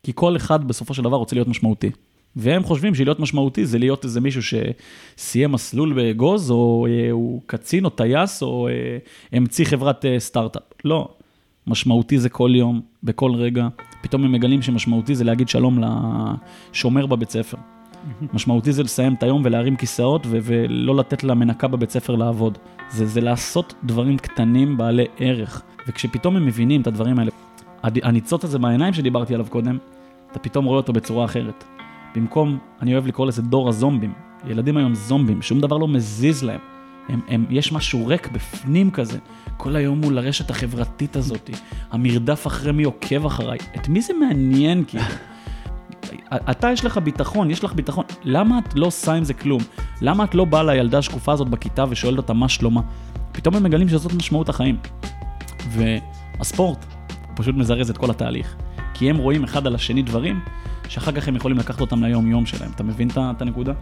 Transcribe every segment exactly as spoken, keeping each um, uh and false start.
כי כל אחד בסופו של דבר רוצה להיות משמעותי. והם חושבים שלהיות משמעותי זה להיות איזה מישהו שסיים מסלול בגוז, או הוא קצין או טייס, או המציא חברת סטארט-אפ. לא. משמעותי זה כל יום, בכל רגע. פתאום הם מגלים שמשמעותי זה להגיד שלום לשומר בבית ספר. משמעותי זה לסיים את היום ולהרים כיסאות, ו- ולא לתת למנקה בבית ספר לעבוד. זה, זה לעשות דברים קטנים בעלי ערך. וכשפתאום הם מבינים את הדברים האלה, הניצוץ הזה בעיניים שדיברתי עליו קודם, אתה פתאום רואה אותו בצורה אחרת. במקום, אני אוהב לקרוא לזה דור הזומבים. ילדים היום זומבים, שום דבר לא מזיז להם. הם, הם, יש משהו ריק בפנים כזה. כל היום מול הרשת החברתית הזאת. המרדף אחרי מי עוקב אחריי. את מי זה מעניין כאילו? אתה יש לך ביטחון, יש לך ביטחון. למה את לא עושה עם זה כלום? למה את לא באה לילדה השקופה הזאת בכיתה ושואלת אותה מה שלומה? פתאום הם מגלים שזאת משמעות החיים. והספורט פשוט מזרז את כל התהליך. כי הם רואים אחד על השני דברים שאחר כך הם יכולים לקחת אותם ליום יום שלהם. אתה מבין את הנקודה?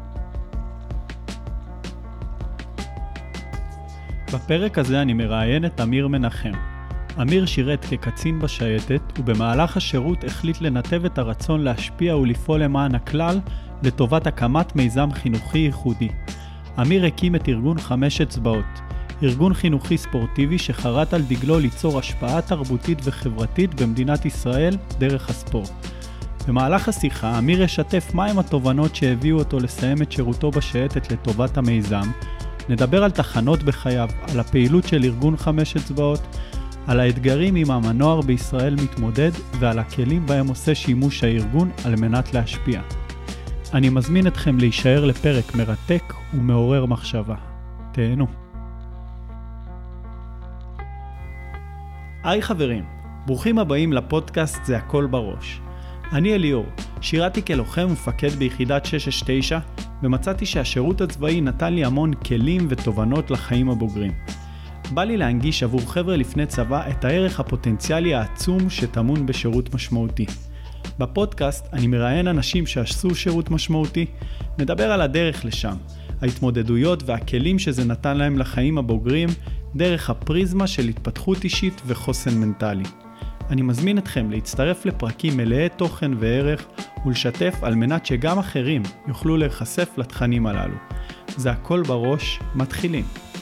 בפרק הזה אני מראיין את אמיר מנחם. אמיר שירת כקצין בשייטת, ובמהלך השירות החליט לנתב את הרצון להשפיע ולפעול למען הכלל לטובת הקמת מיזם חינוכי ייחודי. אמיר הקים את ארגון חמש אצבעות, ארגון חינוכי ספורטיבי שחרת על דגלו ליצור השפעה תרבותית וחברתית במדינת ישראל דרך הספורט. במהלך השיחה, אמיר ישתף מהם התובנות שהביאו אותו לסיים את שירותו בשייטת לטובת המיזם, נדבר על תחנות בחייו, על הפעילות של ארגון חמש אצבעות, על האתגרים עם המנוער בישראל מתמודד ועל הכלים בהם עושה שימוש הארגון על מנת להשפיע. אני מזמין אתכם להישאר לפרק מרתק ומעורר מחשבה. תהנו. היי חברים, ברוכים הבאים לפודקאסט זה הכל בראש. אני אליאור, שירתי כלוחם ומפקד ביחידת שש שש תשע, ומצאתי שהשירות הצבאי נתן לי המון כלים ותובנות לחיים הבוגרים. בא לי להנגיש עבור חבר'ה לפני צבא את הערך הפוטנציאלי העצום שטמון בשירות משמעותי. בפודקאסט אני מראיין אנשים שעשו שירות משמעותי, נדבר על הדרך לשם, ההתמודדויות והכלים שזה נתן להם לחיים הבוגרים, דרך הפריזמה של התפתחות אישית וחוסן מנטלי. אני מזמין אתכם להצטרף לפרקים מלאי תוכן וערך ולשתף על מנת שגם אחרים יוכלו להיחשף לתכנים הללו. זה הכל בראש, מתחילים.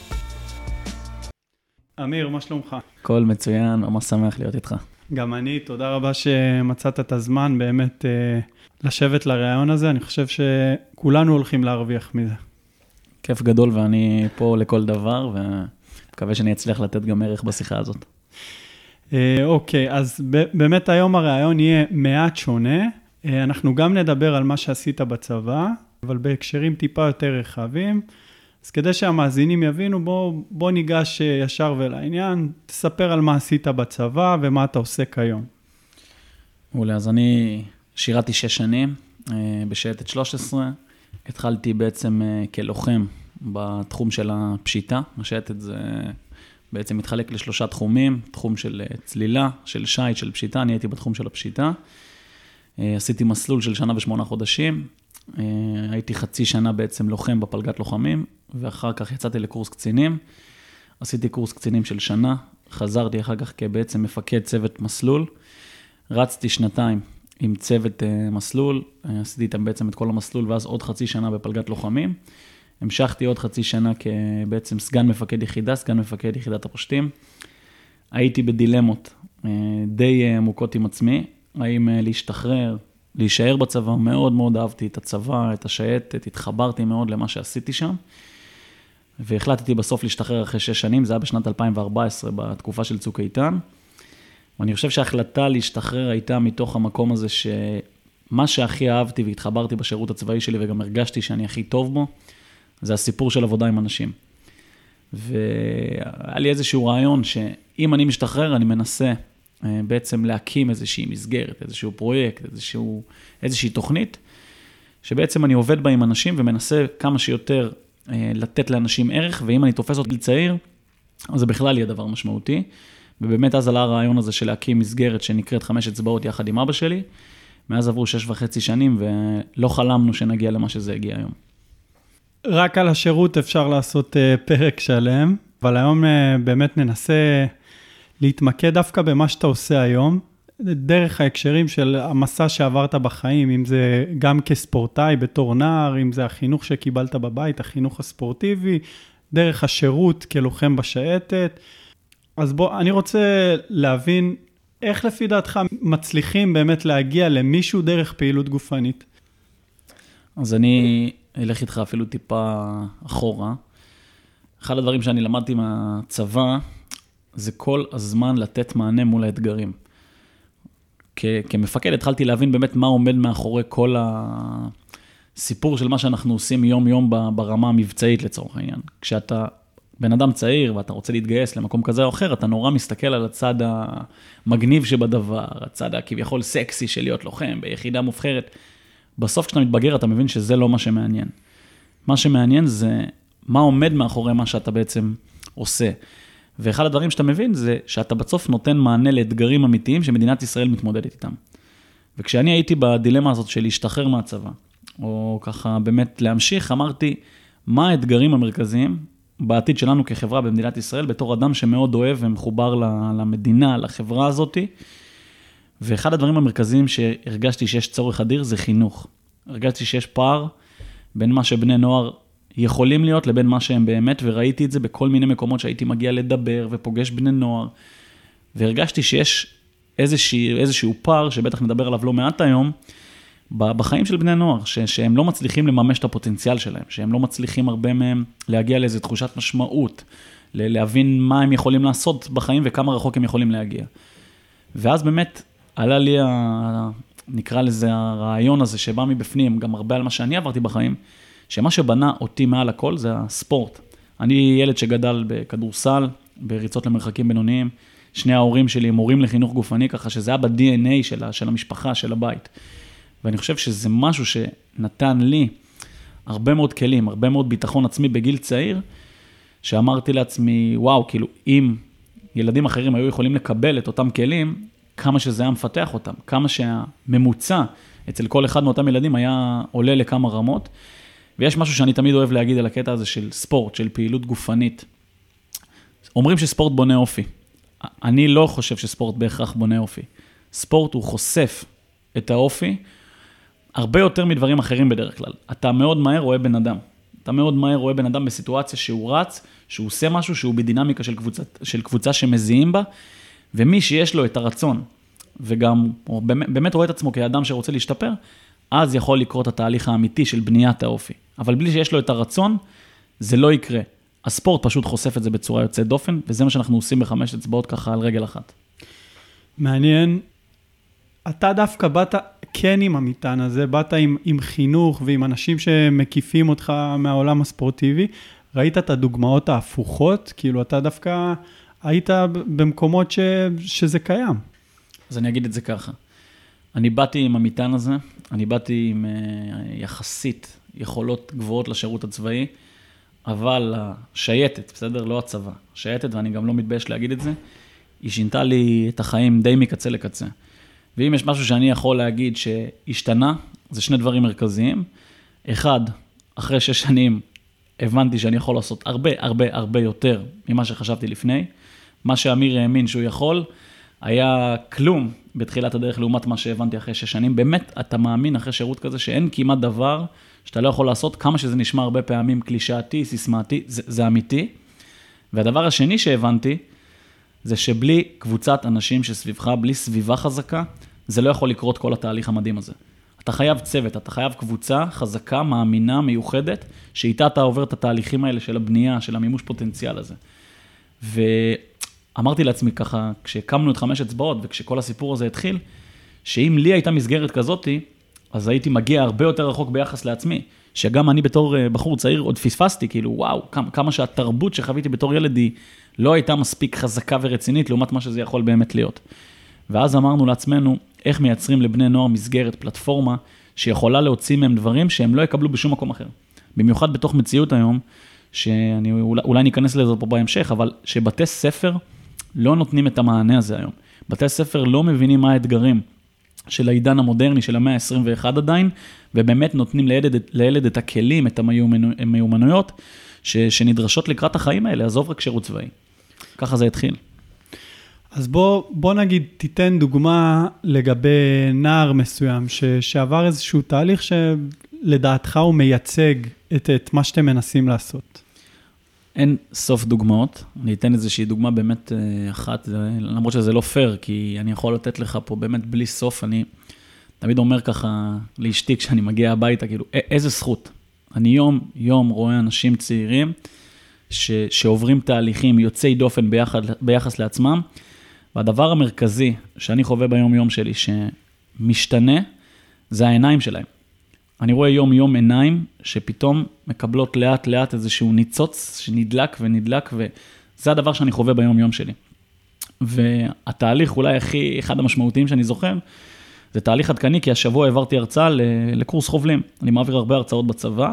אמיר, מה שלומך? הכל מצוין, ממש שמח להיות איתך. גם אני, תודה רבה שמצאת את הזמן באמת אה, לשבת לרעיון הזה. אני חושב שכולנו הולכים להרוויח מזה. כיף גדול ואני פה לכל דבר ומקווה שאני אצליח לתת גם ערך בשיחה הזאת. אוקיי, אז באמת היום הרעיון יהיה מעט שונה. אנחנו גם נדבר על מה שעשית בצבא, אבל בהקשרים טיפה יותר רחבים. אז כדי שהמאזינים יבינו, בוא, בוא ניגש ישר ולעניין. תספר על מה עשית בצבא ומה אתה עושה כיום. אולי, אז אני שירתי שש שנים בשייטת שלוש עשרה. התחלתי בעצם כלוחם בתחום של הפשיטה. השייטת זה בעצם מתחלק לשלושה תחומים, תחום של צלילה, של שייט, של פשיטה, אני הייתי בתחום של הפשיטה. עשיתי מסלול של שנה ושמונה חודשים, הייתי חצי שנה בעצם לוחם בפלגת לוחמים, ואחר כך יצאתי לקורס קצינים, עשיתי קורס קצינים של שנה, חזרתי אחר כך כבעצם מפקד צוות מסלול, רצתי שנתיים עם צוות מסלול, עשיתי איתם בעצם את כל המסלול, ואז עוד חצי שנה בפלגת לוחמים, המשכתי עוד חצי שנה כבעצם סגן מפקד יחידה, סגן מפקד יחידת הפושטים. הייתי בדילמות די עמוקות עם עצמי, האם להשתחרר, להישאר בצבא, מאוד מאוד אהבתי את הצבא, את השייטת, התחברתי מאוד למה שעשיתי שם, והחלטתי בסוף להשתחרר אחרי שש שנים, זה היה בשנת אלפיים וארבע עשרה, בתקופה של צוק איתן, ואני חושב שההחלטה להשתחרר הייתה מתוך המקום הזה שמה שהכי אהבתי והתחברתי בשירות הצבאי שלי, וגם הרגשתי שאני הכי טוב בו, זה הסיפור של עבודה עם אנשים. והיה לי איזשהו רעיון שאם אני משתחרר, אני מנסה בעצם להקים איזושהי מסגרת, איזשהו פרויקט, איזשהו, איזושהי תוכנית, שבעצם אני עובד בה עם אנשים ומנסה כמה שיותר לתת לאנשים ערך, ואם אני תופס אותי צעיר, אז זה בכלל יהיה דבר משמעותי. ובאמת אז עלה הרעיון הזה של להקים מסגרת שנקראת חמש אצבעות יחד עם אבא שלי, מאז עברו שש וחצי שנים ולא חלמנו שנגיע למה שזה הגיע היום. רק על השירות אפשר לעשות פרק שלם, אבל היום באמת ננסה להתמקד דווקא במה שאתה עושה היום. דרך ההקשרים של המסע שעברת בחיים, אם זה גם כספורטאי בתור נער, אם זה החינוך שקיבלת בבית, החינוך הספורטיבי, דרך השירות כלוחם בשייטת. אז בוא, אני רוצה להבין איך לפי דעתך מצליחים באמת להגיע למישהו דרך פעילות גופנית. אז אני אלך איתך אפילו טיפה אחורה. אחד הדברים שאני למדתי מהצבא, זה כל הזמן לתת מענה מול האתגרים. כ- כמפקד התחלתי להבין באמת מה עומד מאחורי כל הסיפור של מה שאנחנו עושים יום-יום ברמה המבצעית לצורך העניין. כשאתה בן אדם צעיר ואתה רוצה להתגייס למקום כזה או אחר, אתה נורא מסתכל על הצד המגניב שבדבר, הצד הכביכול סקסי של להיות לוחם ביחידה מובחרת. בסוף כשאתה מתבגר אתה מבין שזה לא מה שמעניין. מה שמעניין זה מה עומד מאחורי מה שאתה בעצם עושה. ואחד הדברים שאתה מבין זה שאתה בסוף נותן מענה לאתגרים אמיתיים שמדינת ישראל מתמודדת איתם. וכשאני הייתי בדילמה הזאת של להשתחרר מהצבא, או ככה באמת להמשיך, אמרתי, מה האתגרים המרכזיים בעתיד שלנו כחברה במדינת ישראל, בתור אדם שמאוד אוהב ומחובר למדינה, לחברה הזאת. ואחד הדברים המרכזיים שהרגשתי שיש צורך אדיר זה חינוך. הרגשתי שיש פער בין מה שבני נוער יכולים להיות לבין מה שהם באמת, וראיתי את זה בכל מיני מקומות שהייתי מגיע לדבר ופוגש בני נוער, והרגשתי שיש איזשהו, איזשהו פער, שבטח נדבר עליו לא מעט היום, בחיים של בני נוער, ש, שהם לא מצליחים לממש את הפוטנציאל שלהם, שהם לא מצליחים הרבה מהם להגיע לאיזו תחושת משמעות, להבין מה הם יכולים לעשות בחיים וכמה רחוק הם יכולים להגיע. ואז באמת עלה לי, ה, נקרא לזה הרעיון הזה שבא מבפנים, גם הרבה על מה שאני עברתי בחיים, שמה שבנה אותי מעל הכל זה הספורט. אני ילד שגדל בכדורסל, בריצות למרחקים בינוניים, שני ההורים שלי הם מורים לחינוך גופני, ככה שזה היה ב-די אן איי של, של המשפחה, של הבית. ואני חושב שזה משהו שנתן לי הרבה מאוד כלים, הרבה מאוד ביטחון עצמי בגיל צעיר, שאמרתי לעצמי, וואו, כאילו, אם ילדים אחרים היו יכולים לקבל את אותם כלים, כמה שזה היה מפתח אותם, כמה שהממוצע אצל כל אחד מאותם ילדים היה עולה לכמה רמות, ויש משהו שאני תמיד אוהב להגיד על הקטע הזה של ספורט, של פעילות גופנית. אומרים שספורט בונה אופי. אני לא חושב שספורט בהכרח בונה אופי. ספורט הוא חושף את האופי, הרבה יותר מדברים אחרים בדרך כלל. אתה מאוד מהר רואה בן אדם. אתה מאוד מהר רואה בן אדם בסיטואציה שהוא רץ, שהוא עושה משהו, שהוא בדינמיקה של קבוצה, של קבוצה שמזיעים בה, ומי שיש לו את הרצון, וגם הוא באמת, באמת רואה את עצמו כאדם שרוצה להשתפר, אז יכול לקרות התהליך האמיתי של בניית האופי. אבל בלי שיש לו את הרצון, זה לא יקרה. הספורט פשוט חושף את זה בצורה יוצאת דופן, וזה מה שאנחנו עושים בחמש אצבעות ככה על רגל אחת. מעניין. אתה דווקא באת כן עם המטען הזה, באת עם, עם חינוך ועם אנשים שמקיפים אותך מהעולם הספורטיבי. ראית את הדוגמאות ההפוכות? כאילו אתה דווקא היית במקומות ש, שזה קיים. אז אני אגיד את זה ככה. אני באתי עם המטען הזה, אני באתי עם יחסית יכולות גבוהות לשירות הצבאי, אבל השייטת, בסדר? לא הצבא. השייטת, ואני גם לא מתבייש להגיד את זה, היא שינתה לי את החיים די מקצה לקצה. ואם יש משהו שאני יכול להגיד שהשתנה, זה שני דברים מרכזיים. אחד, אחרי שש שנים, הבנתי שאני יכול לעשות הרבה, הרבה, הרבה יותר ממה שחשבתי לפני. מה שאמיר האמין שהוא יכול, היה כלום בתחילת הדרך לעומת מה שהבנתי אחרי שש שנים. באמת, אתה מאמין אחרי שירות כזה שאין כמעט דבר שאתה לא יכול לעשות, כמה שזה נשמע הרבה פעמים קלישאתי, סיסמאתי, זה, זה אמיתי. והדבר השני שהבנתי, זה שבלי קבוצת אנשים שסביבך, בלי סביבה חזקה, זה לא יכול לקרות כל התהליך המדהים הזה. אתה חייב צוות, אתה חייב קבוצה חזקה, מאמינה, מיוחדת, שאיתה אתה עובר את התהליכים האלה של הבנייה, של המימוש פוטנציאל הזה. ואמרתי לעצמי ככה, כשקמנו את חמש אצבעות, וכשכל הסיפור הזה התחיל, שאם לי הייתה מסגרת כזאת, אז הייתי מגיע הרבה יותר רחוק ביחס לעצמי, שגם אני בתור בחור צעיר עוד פספסתי, כאילו וואו, כמה, כמה שהתרבות שחוויתי בתור ילד היא לא הייתה מספיק חזקה ורצינית, לעומת מה שזה יכול באמת להיות. ואז אמרנו לעצמנו, איך מייצרים לבני נוער מסגרת, פלטפורמה, שיכולה להוציא מהם דברים שהם לא יקבלו בשום מקום אחר. במיוחד בתוך מציאות היום, שאני אולי, אולי ניכנס לזה פה בהמשך, אבל שבתי ספר לא נותנים את המענה הזה היום. בתי ספר לא מבינים מה האתגרים של העידן המודרני, של המאה ה-עשרים ואחת עדיין, ובאמת נותנים לילד, לילד את הכלים, את המיומנויות, ש, שנדרשות לקראת החיים האלה, עזוב רק שירות צבאי. ככה זה התחיל. אז בוא, בוא נגיד, תיתן דוגמה לגבי נער מסוים, ש, שעבר איזשהו תהליך שלדעתך הוא מייצג את, את מה שאתם מנסים לעשות. אין סוף דוגמאות, אני אתן איזושהי דוגמה באמת אחת, למרות שזה לא פייר, כי אני יכול לתת לך פה באמת בלי סוף, אני תמיד אומר ככה לאשתי כשאני מגיע הביתה, כאילו, איזה זכות. אני יום יום רואה אנשים צעירים ש, שעוברים תהליכים יוצאי דופן ביחד, ביחס לעצמם, והדבר המרכזי שאני חווה ביום יום שלי שמשתנה, זה העיניים שלהם. אני רואה יום יום עיניים שפתאום מקבלות לאט לאט איזשהו ניצוץ שנדלק ונדלק, וזה הדבר שאני חווה ביום יום שלי. והתהליך אולי הכי אחד המשמעותיים שאני זוכר, זה תהליך עדכני, כי השבוע העברתי הרצאה לקורס חובלים. אני מעביר הרבה הרצאות בצבא,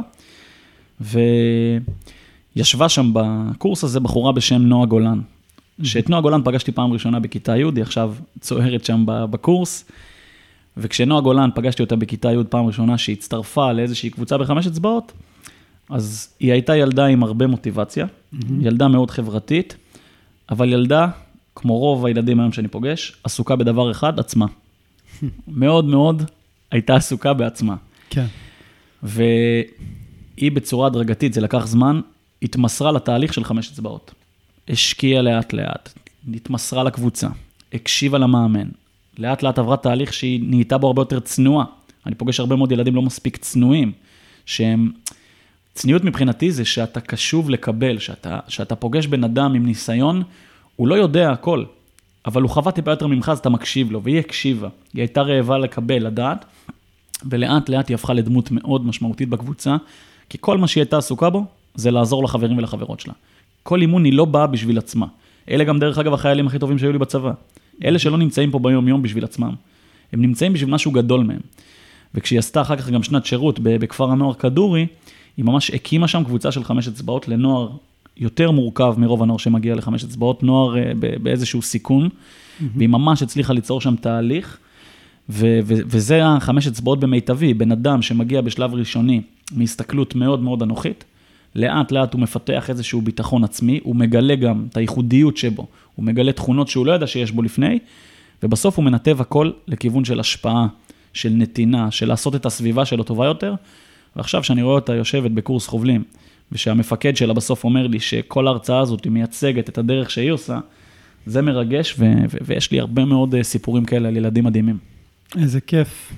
וישבה שם בקורס הזה בחורה בשם נועה גולן. שאת נועה גולן פגשתי פעם ראשונה בכיתה י', היא עכשיו צוערת שם בקורס, וכשנועה גולן פגשתי אותה בכיתה י' פעם ראשונה, שהיא הצטרפה לאיזושהי קבוצה בחמש אצבעות, אז היא הייתה ילדה עם הרבה מוטיבציה, ילדה מאוד חברתית, אבל ילדה, כמו רוב הילדים היום שאני פוגש, עסוקה בדבר אחד, עצמה. מאוד מאוד הייתה עסוקה בעצמה. כן. והיא בצורה הדרגתית, זה לקח זמן, התמסרה לתהליך של חמש אצבעות. השקיעה לאט לאט, התמסרה לקבוצה, הקשיבה למאמן, לאט לאט עברה תהליך שהיא נהייתה בו הרבה יותר צנועה. אני פוגש הרבה מאוד ילדים לא מספיק צנועים, שהם, צניעות מבחינתי זה שאתה קשוב לקבל, שאתה, שאתה פוגש בן אדם עם ניסיון, הוא לא יודע הכל, אבל הוא חווה טיפה יותר ממך, אז אתה מקשיב לו, והיא הקשיבה. היא הייתה רעבה לקבל, לדעת, ולאט לאט היא הפכה לדמות מאוד משמעותית בקבוצה, כי כל מה שהיא הייתה עסוקה בו, זה לעזור לחברים ולחברות שלה. כל אימון היא לא באה בשביל עצמה. אלה גם דרך אגב החיילים הכי טובים שהיו לי בצבא. אלה שלא נמצאים פה ביום יום בשביל עצמם. הם נמצאים בשביל משהו גדול מהם. וכשהיא עשתה אחר כך גם שנת שירות בכפר הנוער כדורי, היא ממש הקימה שם קבוצה של חמש אצבעות לנוער יותר מורכב מרוב הנוער שמגיע לחמש אצבעות, נוער באיזשהו סיכון, והיא ממש הצליחה ליצור שם תהליך, ו- ו- וזה החמש אצבעות במיטבי, בן אדם שמגיע בשלב ראשוני, מהסתכלות מאוד מאוד אנוכית, לאט לאט הוא מפתח איזשהו ביטחון עצמי, הוא מגלה גם את הייחודיות שבו, הוא מגלה תכונות שהוא לא ידע שיש בו לפני, ובסוף הוא מנתב הכל לכיוון של השפעה, של נתינה, של לעשות את הסביבה שלו טובה יותר, ועכשיו שאני רואה אותה יושבת בקורס חובלים, ושהמפקד שלה בסוף אומר לי שכל ההרצאה הזאת היא מייצגת את הדרך שהיא עושה, זה מרגש, ו- ו- ויש לי הרבה מאוד סיפורים כאלה על ילדים מדהימים. איזה כיף.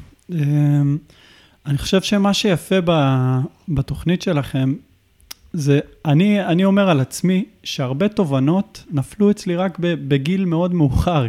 אני חושב שמה שיפה בתוכנית שלכם, זה, אני, אני אומר על עצמי, שהרבה תובנות נפלו אצלי רק בגיל מאוד מאוחר.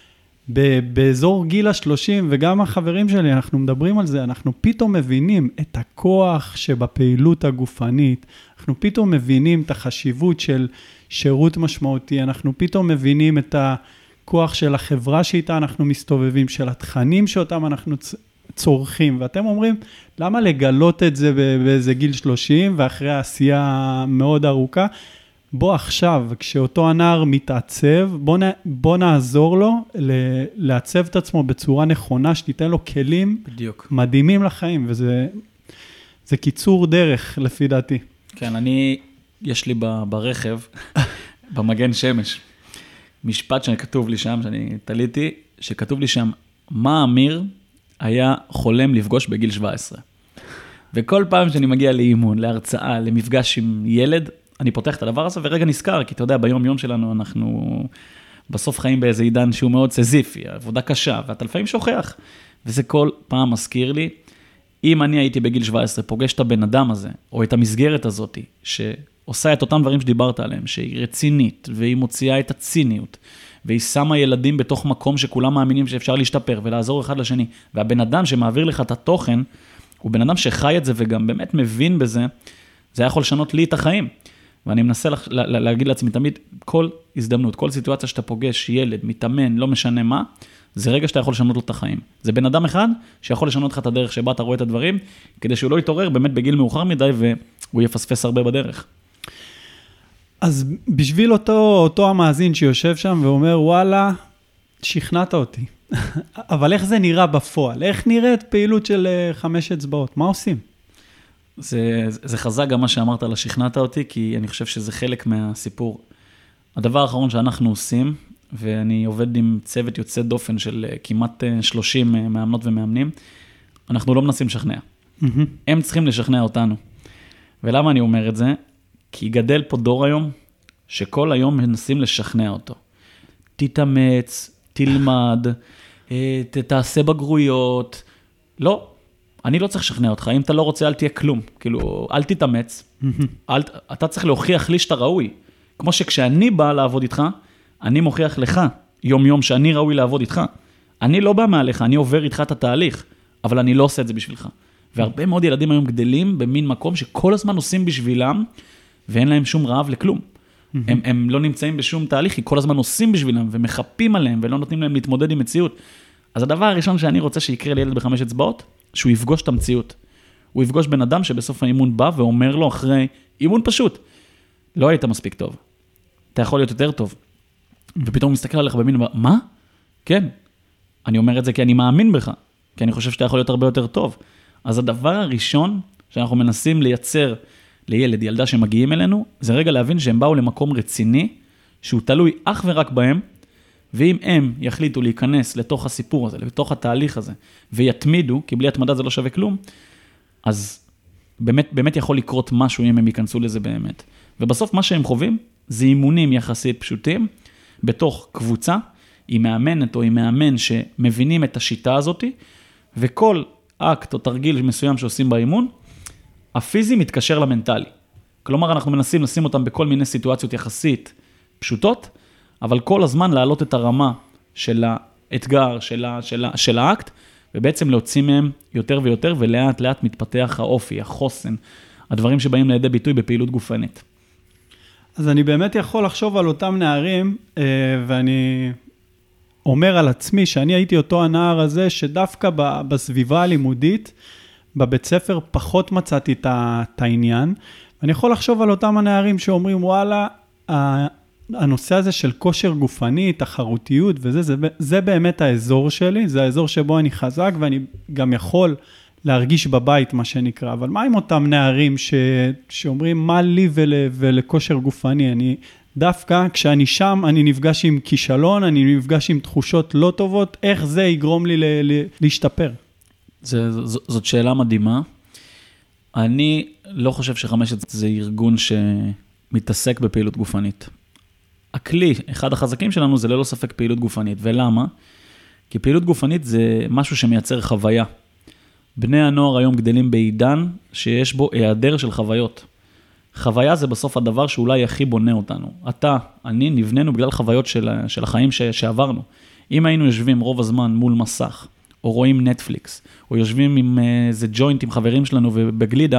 באזור גיל השלושים, וגם החברים שלי, אנחנו מדברים על זה, אנחנו פתאום מבינים את הכוח שבפעילות הגופנית, אנחנו פתאום מבינים את החשיבות של שירות משמעותי, אנחנו פתאום מבינים את הכוח של החברה שאיתה אנחנו מסתובבים, של התכנים שאותם אנחנו צורכים, ואתם אומרים, למה לגלות את זה באיזה גיל שלושים, ואחרי העשייה מאוד ארוכה, בוא עכשיו, כשאותו הנער מתעצב, בוא, נ, בוא נעזור לו לעצב את עצמו בצורה נכונה, שתיתן לו כלים בדיוק. מדהימים לחיים, וזה זה קיצור דרך לפי דעתי. כן, אני, יש לי ברכב, במגן שמש, משפט שכתוב לי שם, שאני תליתי, שכתוב לי שם, מה אמיר היה חולם לפגוש בגיל שבע עשרה. וכל פעם שאני מגיע לאימון, להרצאה, למפגש עם ילד, אני פותח את הדבר הזה ורגע נזכר, כי אתה יודע, ביום יום שלנו אנחנו בסוף חיים באיזה עידן שהוא מאוד סזיפי, עבודה קשה, ואתה לפעמים שוכח. וזה כל פעם מזכיר לי, אם אני הייתי בגיל שבע עשרה, פוגש את הבן אדם הזה, או את המסגרת הזאת, שעושה את אותם דברים שדיברת עליהם, שהיא רצינית, והיא מוציאה את הציניות, והיא שמה ילדים בתוך מקום שכולם מאמינים שאפשר להשתפר, ולעזור אחד לשני. והבן אדם שמעביר לך את התוכן, הוא בן אדם שחי את זה, וגם באמת מבין בזה, זה יכול לשנות לי את החיים. ואני מנסה לה, לה, להגיד לעצמי תמיד, כל הזדמנות, כל סיטואציה שאתה פוגש, ילד, מתאמן, לא משנה מה, זה רגע שאתה יכול לשנות לו את החיים. זה בן אדם אחד שיכול לשנות לך את הדרך שבה אתה רואה את הדברים, כדי שהוא לא יתעורר באמת בגיל מאוחר מדי, והוא יפספס הרבה בדרך. אז בשביל אותו, אותו המאזין שיושב שם ואומר, וואלה, שכנעת אותי. אבל איך זה נראה בפועל? איך נראית פעילות של חמש אצבעות? מה עושים? זה, זה חזק גם מה שאמרת על השכנעת אותי, כי אני חושב שזה חלק מהסיפור. הדבר האחרון שאנחנו עושים, ואני עובד עם צוות יוצא דופן של כמעט שלושים מאמנות ומאמנים, אנחנו לא מנסים לשכנע. Mm-hmm. הם צריכים לשכנע אותנו. ולמה אני אומר את זה? כי גדל פה דור היום, שכל היום מנסים לשכנע אותו. תתאמץ, תלמד, תעשה בגרויות. לא, אני לא צריך לשכנע אותך. אם אתה לא רוצה, אל תהיה כלום. כאילו, אל תתאמץ. אל, אתה צריך להוכיח לי שאתה ראוי. כמו שכשאני בא לעבוד איתך, אני מוכיח לך יום יום שאני ראוי לעבוד איתך. אני לא בא מעליך, אני עובר איתך את התהליך, אבל אני לא עושה את זה בשבילך. והרבה מאוד ילדים היום גדלים במין מקום שכל הזמן עושים בשבילם, ואין להם שום רעב לכלום. הם, הם לא נמצאים בשום תהליך, כי כל הזמן עושים בשבילם, ומחפים עליהם, ולא נותנים להם להתמודד עם מציאות. אז הדבר הראשון שאני רוצה שיקרה לילד בחמש אצבעות, שהוא יפגוש את המציאות. הוא יפגוש בן אדם שבסוף האימון בא, ואומר לו אחרי אימון פשוט, לא היית מספיק טוב. אתה יכול להיות יותר טוב. ופתאום הוא מסתכל עליך במין, מה? כן. אני אומר את זה כי אני מאמין בך, כי אני חושב שאתה יכול להיות הרבה יותר טוב. אז הדבר הראשון שאנחנו מנסים לייצר לילד, ילדה שמגיעים אלינו, זה רגע להבין שהם באו למקום רציני, שהוא תלוי אך ורק בהם, ואם הם יחליטו להיכנס לתוך הסיפור הזה, לתוך התהליך הזה, ויתמידו, כי בלי התמדה זה לא שווה כלום, אז באמת, באמת יכול לקרות משהו אם הם ייכנסו לזה באמת. ובסוף מה שהם חווים, זה אימונים יחסית פשוטים, בתוך קבוצה, עם מאמנת או עם מאמן שמבינים את השיטה הזאת, וכל אקט או תרגיל מסוים שעושים באימון, הפיזי מתקשר למנטלי. כלומר, אנחנו מנסים לשים אותם בכל מיני סיטואציות יחסית פשוטות, אבל כל הזמן להעלות את הרמה של האתגר, של, ה, של, ה, של האקט, ובעצם להוציא מהם יותר ויותר, ולאט לאט מתפתח האופי, החוסן, הדברים שבאים לידי ביטוי בפעילות גופנית. אז אני באמת יכול לחשוב על אותם נערים, ואני אומר על עצמי שאני הייתי אותו הנער הזה, שדווקא בסביבה הלימודית, בבית ספר פחות מצאתי את העניין, ואני יכול לחשוב על אותם הנערים שאומרים, וואלה, הנושא הזה של כושר גופני, תחרותיות וזה, זה, זה באמת האזור שלי, זה האזור שבו אני חזק, ואני גם יכול להרגיש בבית, מה שנקרא. אבל מה עם אותם נערים ש, שאומרים, מה לי ול, ולכושר גופני? אני דווקא, כשאני שם, אני נפגש עם כישלון, אני נפגש עם תחושות לא טובות, איך זה יגרום לי ל, ל, להשתפר? זה, ז, זאת שאלה מדהימה. אני לא חושב שחמשת זה ארגון שמתעסק בפעילות גופנית. הכלי, אחד החזקים שלנו, זה ללא ספק פעילות גופנית. ולמה? כי פעילות גופנית זה משהו שמייצר חוויה. בני הנוער היום גדלים בעידן שיש בו היעדר של חוויות. חוויה זה בסוף הדבר שאולי הכי בונה אותנו. אתה, אני, נבננו בגלל חוויות של, של החיים ש, שעברנו. אם היינו יושבים רוב הזמן מול מסך, או רואים נטפליקס, או יושבים עם איזה ג'וינט עם חברים שלנו ובגלידה,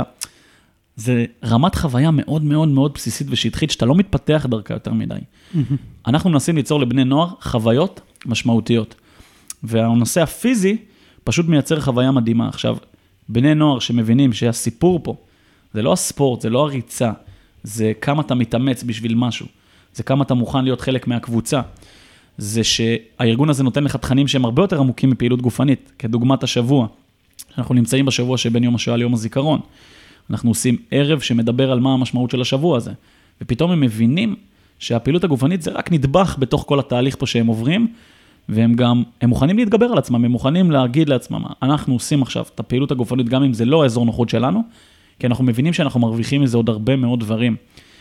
זה רמת חוויה מאוד מאוד מאוד בסיסית ושטחית, שאתה לא מתפתח דרכה יותר מדי. אנחנו מנסים ליצור לבני נוער חוויות משמעותיות. והנושא הפיזי פשוט מייצר חוויה מדהימה. עכשיו, בני נוער שמבינים שהסיפור פה, זה לא הספורט, זה לא הריצה, זה כמה אתה מתאמץ בשביל משהו, זה כמה אתה מוכן להיות חלק מהקבוצה, זה שהארגון הזה נותן לך תכנים שהם הרבה יותר עמוקים מפעילות גופנית, כדוגמת השבוע. אנחנו נמצאים בשבוע שבין יום השואה ליום הזיכרון. אנחנו עושים ערב שמדבר על מה המשמעות של השבוע הזה. ופתאום הם מבינים שהפעילות הגופנית זה רק נדבך בתוך כל התהליך פה שהם עוברים, והם גם, הם מוכנים להתגבר על עצמם, הם מוכנים להגיד לעצמם, אנחנו עושים עכשיו את הפעילות הגופנית, גם אם זה לא האזור נוחות שלנו, כי אנחנו מבינים שאנחנו מרוויחים מזה עוד הרבה מאוד דברים.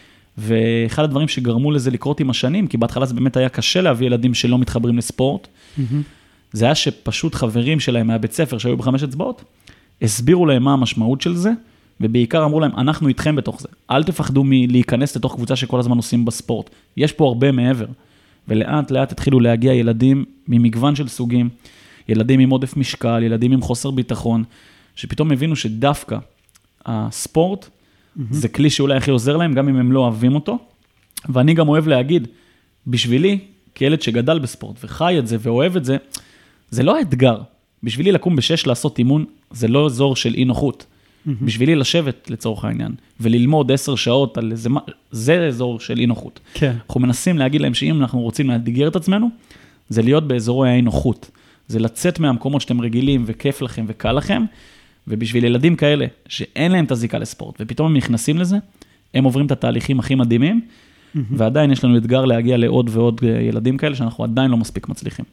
ואחד הדברים שגרמו לזה לקרות עם השנים, כי בהתחלה זה באמת היה קשה להביא ילדים שלא מתחברים לספורט, mm-hmm. זה היה שפשוט חברים שלהם מהבית ספר שהיו בחמש אצבעות, הסבירו להם מה המשמעות של זה, ובעיקר אמרו להם, אנחנו איתכם בתוך זה. אל תפחדו מלהיכנס לתוך קבוצה שכל הזמן עושים בספורט. יש פה הרבה מעבר. ולאט לאט התחילו להגיע ילדים ממגוון של סוגים, ילדים עם עודף משקל, ילדים עם חוסר ביטחון, שפתאום הבינו שדווקא הספורט mm-hmm. זה כלי שאולי הכי עוזר להם, גם אם הם לא אוהבים אותו. ואני גם אוהב להגיד, בשבילי, כילד שגדל בספורט וחי את זה ואוהב את זה, זה לא האתגר. בשבילי לקום בשש לעשות אימון, זה לא אזור של אי נוחות. בשבילי לשבת לצורך העניין, וללמוד עשר שעות על איזה, זה אזור של אי נוחות. כן. אנחנו מנסים להגיד להם שאם אנחנו רוצים לאתגר את עצמנו, זה להיות באזורי האי נוחות. זה לצאת מהמקומות שאתם רגילים וכיף לכם וקל לכם, ובשביל ילדים כאלה שאין להם את הזיקה לספורט, ופתאום הם נכנסים לזה, הם עוברים את התהליכים הכי מדהימים, ועדיין יש לנו אתגר להגיע לעוד ועוד ילדים כאלה, שאנחנו עדיין לא מספיק מצליחים.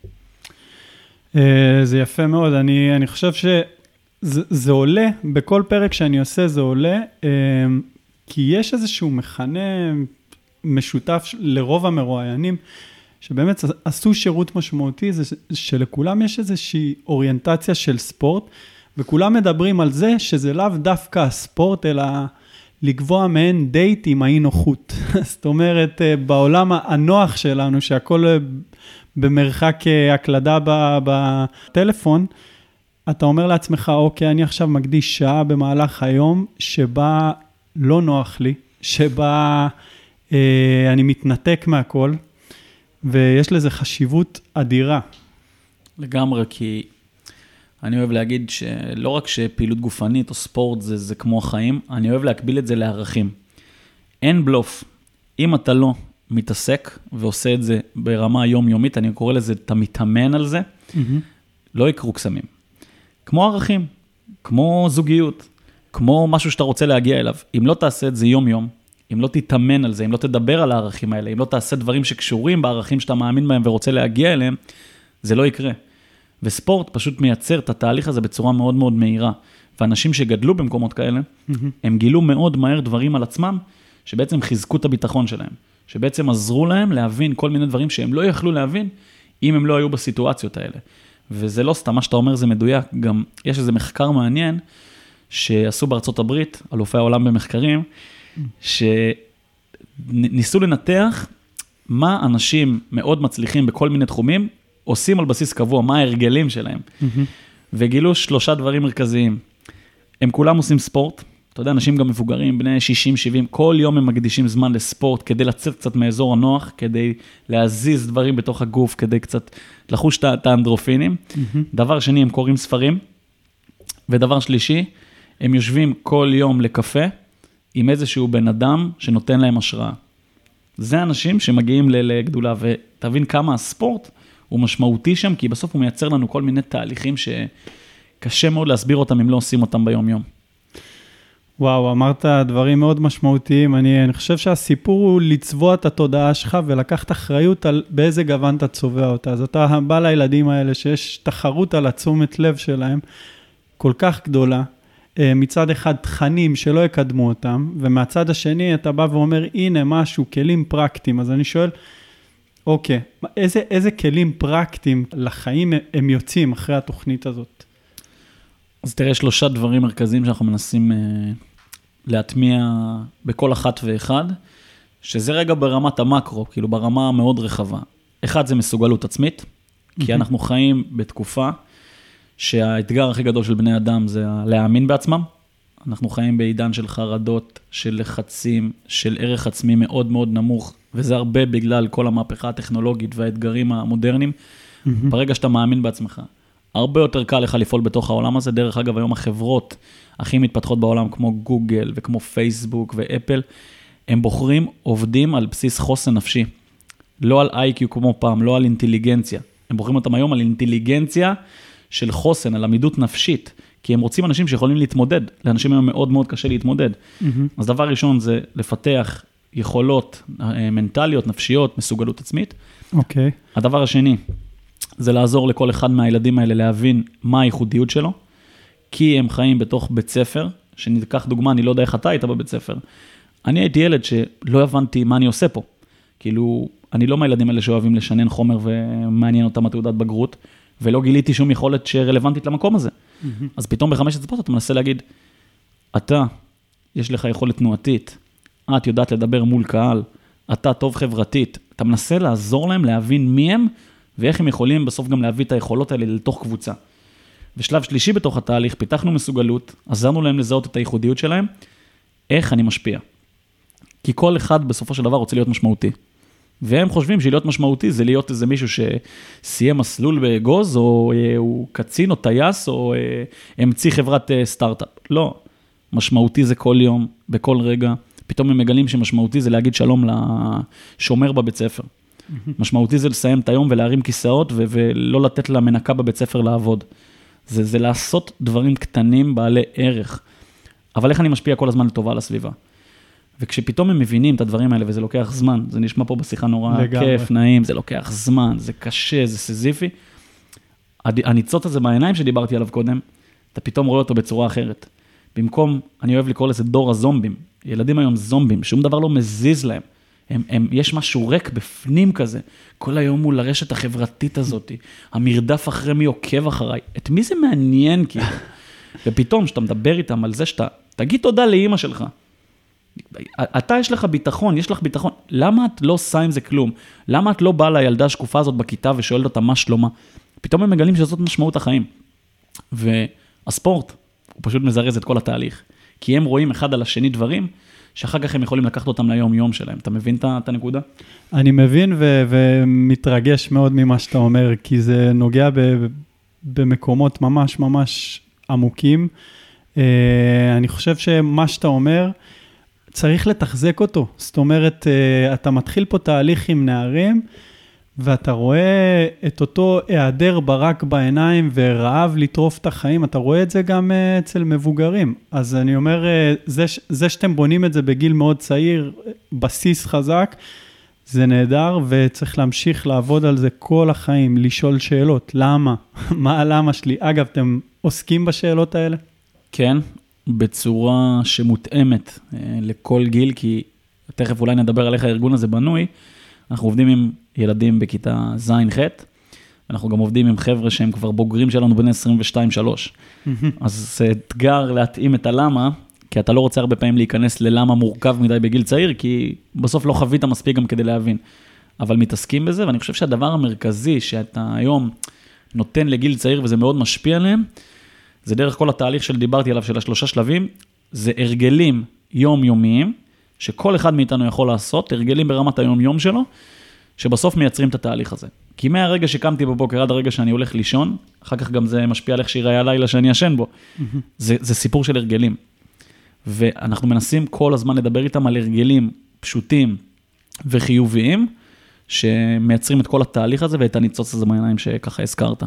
זה יפה מאוד, אני, אני חושב שזה זה עולה, בכל פרק שאני עושה זה עולה, כי יש איזשהו מכנה משותף לרוב המרואיינים, שבאמת עשו שירות משמעותי, זה שלכולם יש איזושהי אוריינטציה של ספורט, וכולם מדברים על זה שזה לאו דווקא הספורט, אלא לקבוע מהן דייט עם האי נוחות. זאת אומרת, בעולם הנוח שלנו, שהכל במרחק הקלדה בטלפון, אתה אומר לעצמך, אוקיי, אני עכשיו מקדיש שעה במהלך היום, שבה לא נוח לי, שבה אה, אני מתנתק מהכל, ויש לזה חשיבות אדירה. לגמרי, כי אני אוהב להגיד שלא רק שפעילות גופנית או ספורט זה, זה כמו החיים, אני אוהב להקביל את זה לערכים. אין בלוף. אם אתה לא מתעסק ועושה את זה ברמה יומיומית, אני קורא לזה, אתה מתאמן על זה, mm-hmm. לא יקרו קסמים. כמו ערכים, כמו זוגיות, כמו משהו שאתה רוצה להגיע אליו. אם לא תעשה את זה יום-יום, אם לא תתאמן על זה, אם לא תדבר על הערכים האלה, אם לא תעשה דברים שקשורים בערכים שאתה מאמין בהם ורוצה להגיע אליהם, זה לא יקרה. וספורט פשוט מייצר את התהליך הזה בצורה מאוד מאוד מהירה. ואנשים שגדלו במקומות כאלה, mm-hmm. הם גילו מאוד מהר דברים על עצמם, שבעצם חיזקו את הביטחון שלהם. שבעצם עזרו להם להבין כל מיני דברים שהם לא יכלו להבין, אם הם לא היו בסיטואציות האלה. וזה לא סתם מה שאתה אומר, זה מדויק. גם יש איזה מחקר מעניין, שעשו בארצות הברית, אלופי העולם במחקרים, שניסו לנתח מה אנשים מאוד מצליחים בכל מיני תחומים, עושים על בסיס קבוע, מה ההרגלים שלהם. וגילו שלושה דברים מרכזיים. הם כולם עושים ספורט, אתה יודע, אנשים גם מבוגרים, בני שישים שבעים, כל יום הם מקדישים זמן לספורט, כדי לצאת קצת מאזור הנוח, כדי להזיז דברים בתוך הגוף, כדי קצת לחוש את האנדרופינים. דבר שני, הם קוראים ספרים. ודבר שלישי, הם יושבים כל יום לקפה, עם איזשהו בן אדם שנותן להם השראה. זה אנשים שמגיעים לגדולה, ותבין כמה הספורט הוא משמעותי שם, כי בסוף הוא מייצר לנו כל מיני תהליכים שקשה מאוד להסביר אותם, אם לא עושים אותם ביום יום. וואו, אמרת דברים מאוד משמעותיים. אני, אני חושב שהסיפור הוא לצבוע את התודעה שלך, ולקחת אחריות על באיזה גוון אתה צובע אותה. אז אתה בא לילדים האלה, שיש תחרות על התשומת לב שלהם, כל כך גדולה, מצד אחד תכנים שלא יקדמו אותם, ומהצד השני אתה בא ואומר, הנה משהו, כלים פרקטיים. אז אני שואל, אוקיי, איזה, איזה כלים פרקטיים לחיים הם יוצאים אחרי התוכנית הזאת? אז תראה, שלושה דברים מרכזיים שאנחנו מנסים אה, להטמיע בכל אחת ואחד, שזה רגע ברמת המקרו, כאילו ברמה המאוד רחבה. אחד זה מסוגלות עצמית, כי אנחנו חיים בתקופה שהאתגר הכי גדול של בני אדם זה להאמין בעצמם. אנחנו חיים בעידן של חרדות, של לחצים, של ערך עצמי מאוד מאוד נמוך, וזה הרבה בגלל כל המהפכה הטכנולוגית והאתגרים המודרניים. ברגע שאתה מאמין בעצמך, הרבה יותר קל לך לפעול בתוך העולם הזה. דרך אגב, היום החברות הכי מתפתחות בעולם, כמו גוגל וכמו פייסבוק ואפל, הם בוחרים עובדים על בסיס חוסן נפשי. לא על איי קיו כמו פעם, לא על אינטליגנציה. הם בוחרים אותם היום על אינטליגנציה של חוסן, על עמידות נפשית, כי הם רוצים אנשים שיכולים להתמודד. לאנשים היום מאוד מאוד קשה להתמודד. Mm-hmm. אז דבר ראשון זה לפתח יכולות מנטליות, נפשיות, מסוגלות עצמית. אוקיי. Okay. הדבר השני, זה לעזור לכל אחד מהילדים האלה להבין מה הייחודיות שלו, כי הם חיים בתוך בית ספר, שניקח דוגמה, אני לא יודע איך אתה היית בבית ספר. אני הייתי ילד שלא הבנתי מה אני עושה פה. כאילו, אני לא מהילדים האלה שאוהבים לשנן חומר ומעניין אותם התעודת בגרות, ולא גיליתי שום יכולת שרלוונטית למקום הזה. Mm-hmm. אז פתאום בחמש אצבעות אתה מנסה להגיד, אתה, יש לך יכולת תנועתית, את יודעת לדבר מול קהל, אתה טוב חברתית, אתה מנסה לעזור להם להבין מי הם, ואיך הם יכולים בסוף גם להביא את היכולות האלה לתוך קבוצה. ושלב שלישי בתוך התהליך, פיתחנו מסוגלות, עזרנו להם לזהות את הייחודיות שלהם, איך אני משפיע. כי כל אחד בסופו של דבר רוצה להיות משמעותי. והם חושבים שלהיות משמעותי זה להיות איזה מישהו שסיים מסלול בגוז, או הוא קצין או טייס, או המציא חברת סטארט-אפ. לא, משמעותי זה כל יום, בכל רגע. פתאום הם מגלים שמשמעותי זה להגיד שלום לשומר בבית ספר. משמעותי זה לסיים את היום ולהרים כיסאות, ו- ולא לתת למנקה בבית ספר לעבוד. זה, זה לעשות דברים קטנים בעלי ערך. אבל איך אני משפיע כל הזמן לטובה על הסביבה? וכשפתאום הם מבינים את הדברים האלה, וזה לוקח זמן, זה נשמע פה בשיחה נורא כיף, נעים, זה לוקח זמן, זה קשה, זה סזיפי. הניצוץ הזה בעיניים שדיברתי עליו קודם, אתה פתאום רואה אותו בצורה אחרת. במקום, אני אוהב לקרוא לזה דור הזומבים. ילדים היום זומבים, שום דבר לא מזיז להם. הם, הם, יש משהו ריק בפנים כזה. כל היום מול הרשת החברתית הזאת, המרדף אחרי מי עוקב אחריי. את מי זה מעניין כאילו? ופתאום, שאתה מדבר איתם על זה שאתה, תגיד תודה לאמא שלך. אתה יש לך ביטחון, יש לך ביטחון. למה את לא עושה עם זה כלום? למה את לא באה לילדה השקופה הזאת בכיתה ושואלת אותה מה שלומה? פתאום הם מגלים שזאת משמעות החיים. והספורט, הוא פשוט מזרז את כל התהליך. כי הם רואים אחד על השני דברים, שאחר כך הם יכולים לקחת אותם ליום יום שלהם. אתה מבין את הנקודה? אני מבין ו- ומתרגש מאוד ממה שאתה אומר, כי זה נוגע ב- במקומות ממש ממש עמוקים. אני חושב שמה שאתה אומר, צריך לתחזק אותו. זאת אומרת, אתה מתחיל פה תהליך עם נערים, ואתה רואה את אותו היעדר ברק בעיניים ורעב לטרוף את החיים, אתה רואה את זה גם אצל מבוגרים. אז אני אומר, זה, זה שאתם בונים את זה בגיל מאוד צעיר, בסיס חזק, זה נהדר, וצריך להמשיך לעבוד על זה כל החיים, לשאול שאלות. למה? מה הלמה שלי? אגב, אתם עוסקים בשאלות האלה? כן, בצורה שמותאמת לכל גיל, כי תכף אולי נדבר על איך הארגון הזה בנוי. אנחנו עובדים עם ילדים בכיתה ז'-ח', אנחנו גם עובדים עם חבר'ה שהם כבר בוגרים שלנו בין עשרים ושתיים שלוש. אז זה אתגר להתאים את הלמה, כי אתה לא רוצה הרבה פעמים להיכנס ללמה מורכב מדי בגיל צעיר, כי בסוף לא חווית מספיק גם כדי להבין. אבל מתעסקים בזה, ואני חושב שהדבר המרכזי שאתה היום נותן לגיל צעיר, וזה מאוד משפיע עליהם, זה דרך כל התהליך של דיברתי עליו, של השלושה שלבים, זה הרגלים יומיומיים, שכל אחד מאיתנו יכול לעשות, הרגלים ברמת היום-יום שלו, שבסוף מייצרים את התהליך הזה. כי מהרגע שקמתי בבוקר עד הרגע שאני הולך לישון, אחר כך גם זה משפיע על איך שיראה הלילה שאני ישן בו. זה, זה סיפור של הרגלים. ואנחנו מנסים כל הזמן לדבר איתם על הרגלים פשוטים וחיוביים, שמייצרים את כל התהליך הזה ואת הניצוץ הזה בעיניים שככה הזכרת.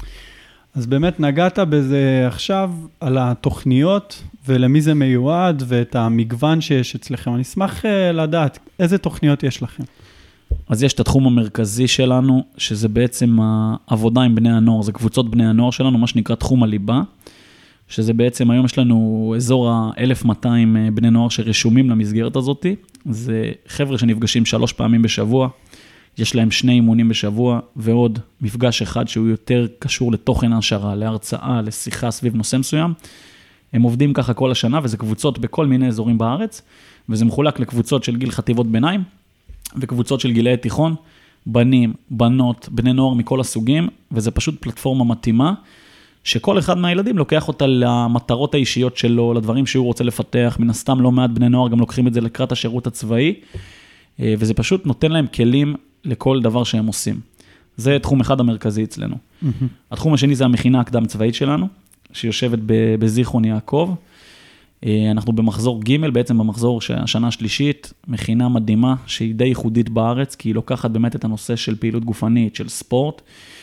אז באמת נגעת בזה עכשיו על התוכניות ולמי זה מיועד ואת המגוון שיש אצלכם. אני אשמח לדעת איזה תוכניות יש לכם. אז יש את התחום המרכזי שלנו, שזה בעצם העבודה עם בני הנוער, זה קבוצות בני הנוער שלנו, מה שנקרא תחום הליבה, שזה בעצם, היום יש לנו אזור ה-אלף ומאתיים בני נוער שרשומים למסגרת הזאת, זה חבר'ה שנפגשים שלוש פעמים בשבוע, יש להם שני אימונים בשבוע, ועוד מפגש אחד שהוא יותר קשור לתוכן ההשערה, להרצאה, לשיחה סביב נושא מסוים. הם עובדים ככה כל השנה, וזה קבוצות בכל מיני אזורים בארץ, וזה מחולק לקבוצות של גיל חטיבות ביניים, וקבוצות של גילי תיכון, בנים, בנות, בני נוער מכל הסוגים, וזה פשוט פלטפורמה מתאימה, שכל אחד מהילדים לוקח אותה למטרות האישיות שלו, לדברים שהוא רוצה לפתח, מן הסתם לא מעט בני נוער גם לוקחים את זה לקראת השירות הצבאי, וזה פשוט נותן להם כלים לכל דבר שהם עושים. זה תחום אחד המרכזי אצלנו. Mm-hmm. התחום השני זה המכינה הקדם צבאית שלנו, שיושבת בזיכרון יעקב. אנחנו במחזור ג', בעצם במחזור שהשנה השלישית, מכינה מדהימה שהיא די ייחודית בארץ, כי היא לוקחת באמת את הנושא של פעילות גופנית, של ספורט,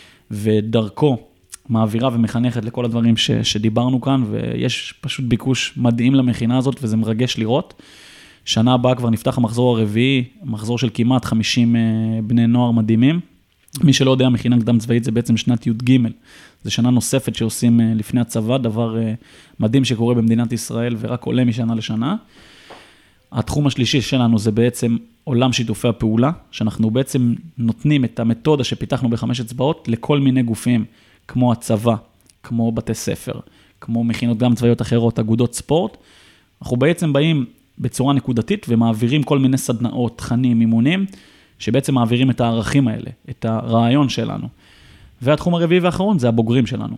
ודרכו מעבירה ומחנכת לכל הדברים ש, שדיברנו כאן, ויש פשוט ביקוש מדהים למכינה הזאת, וזה מרגש לראות. שנה הבאה כבר נפתח המחזור הרביעי, מחזור של כמעט חמישים בני נוער מדהימים. מי שלא יודע, מכינה קדם צבאית זה בעצם שנת י"ג. זה שנה נוספת שעושים לפני הצבא, דבר מדהים שקורה במדינת ישראל ורק עולה משנה לשנה. התחום השלישי שלנו זה בעצם עולם שיתופי הפעולה, שאנחנו בעצם נותנים את המתודה שפיתחנו בחמש אצבעות לכל מיני גופים, כמו הצבא, כמו בתי ספר, כמו מכינות קדם צבאיות אחרות, אגודות ספורט. אנחנו בעצם באים בצורה נקודתית ומעבירים כל מיני סדנאות, תכנים, אימונים, שבעצם מעבירים את הערכים האלה, את הרעיון שלנו. והתחום הרביעי והאחרון זה הבוגרים שלנו,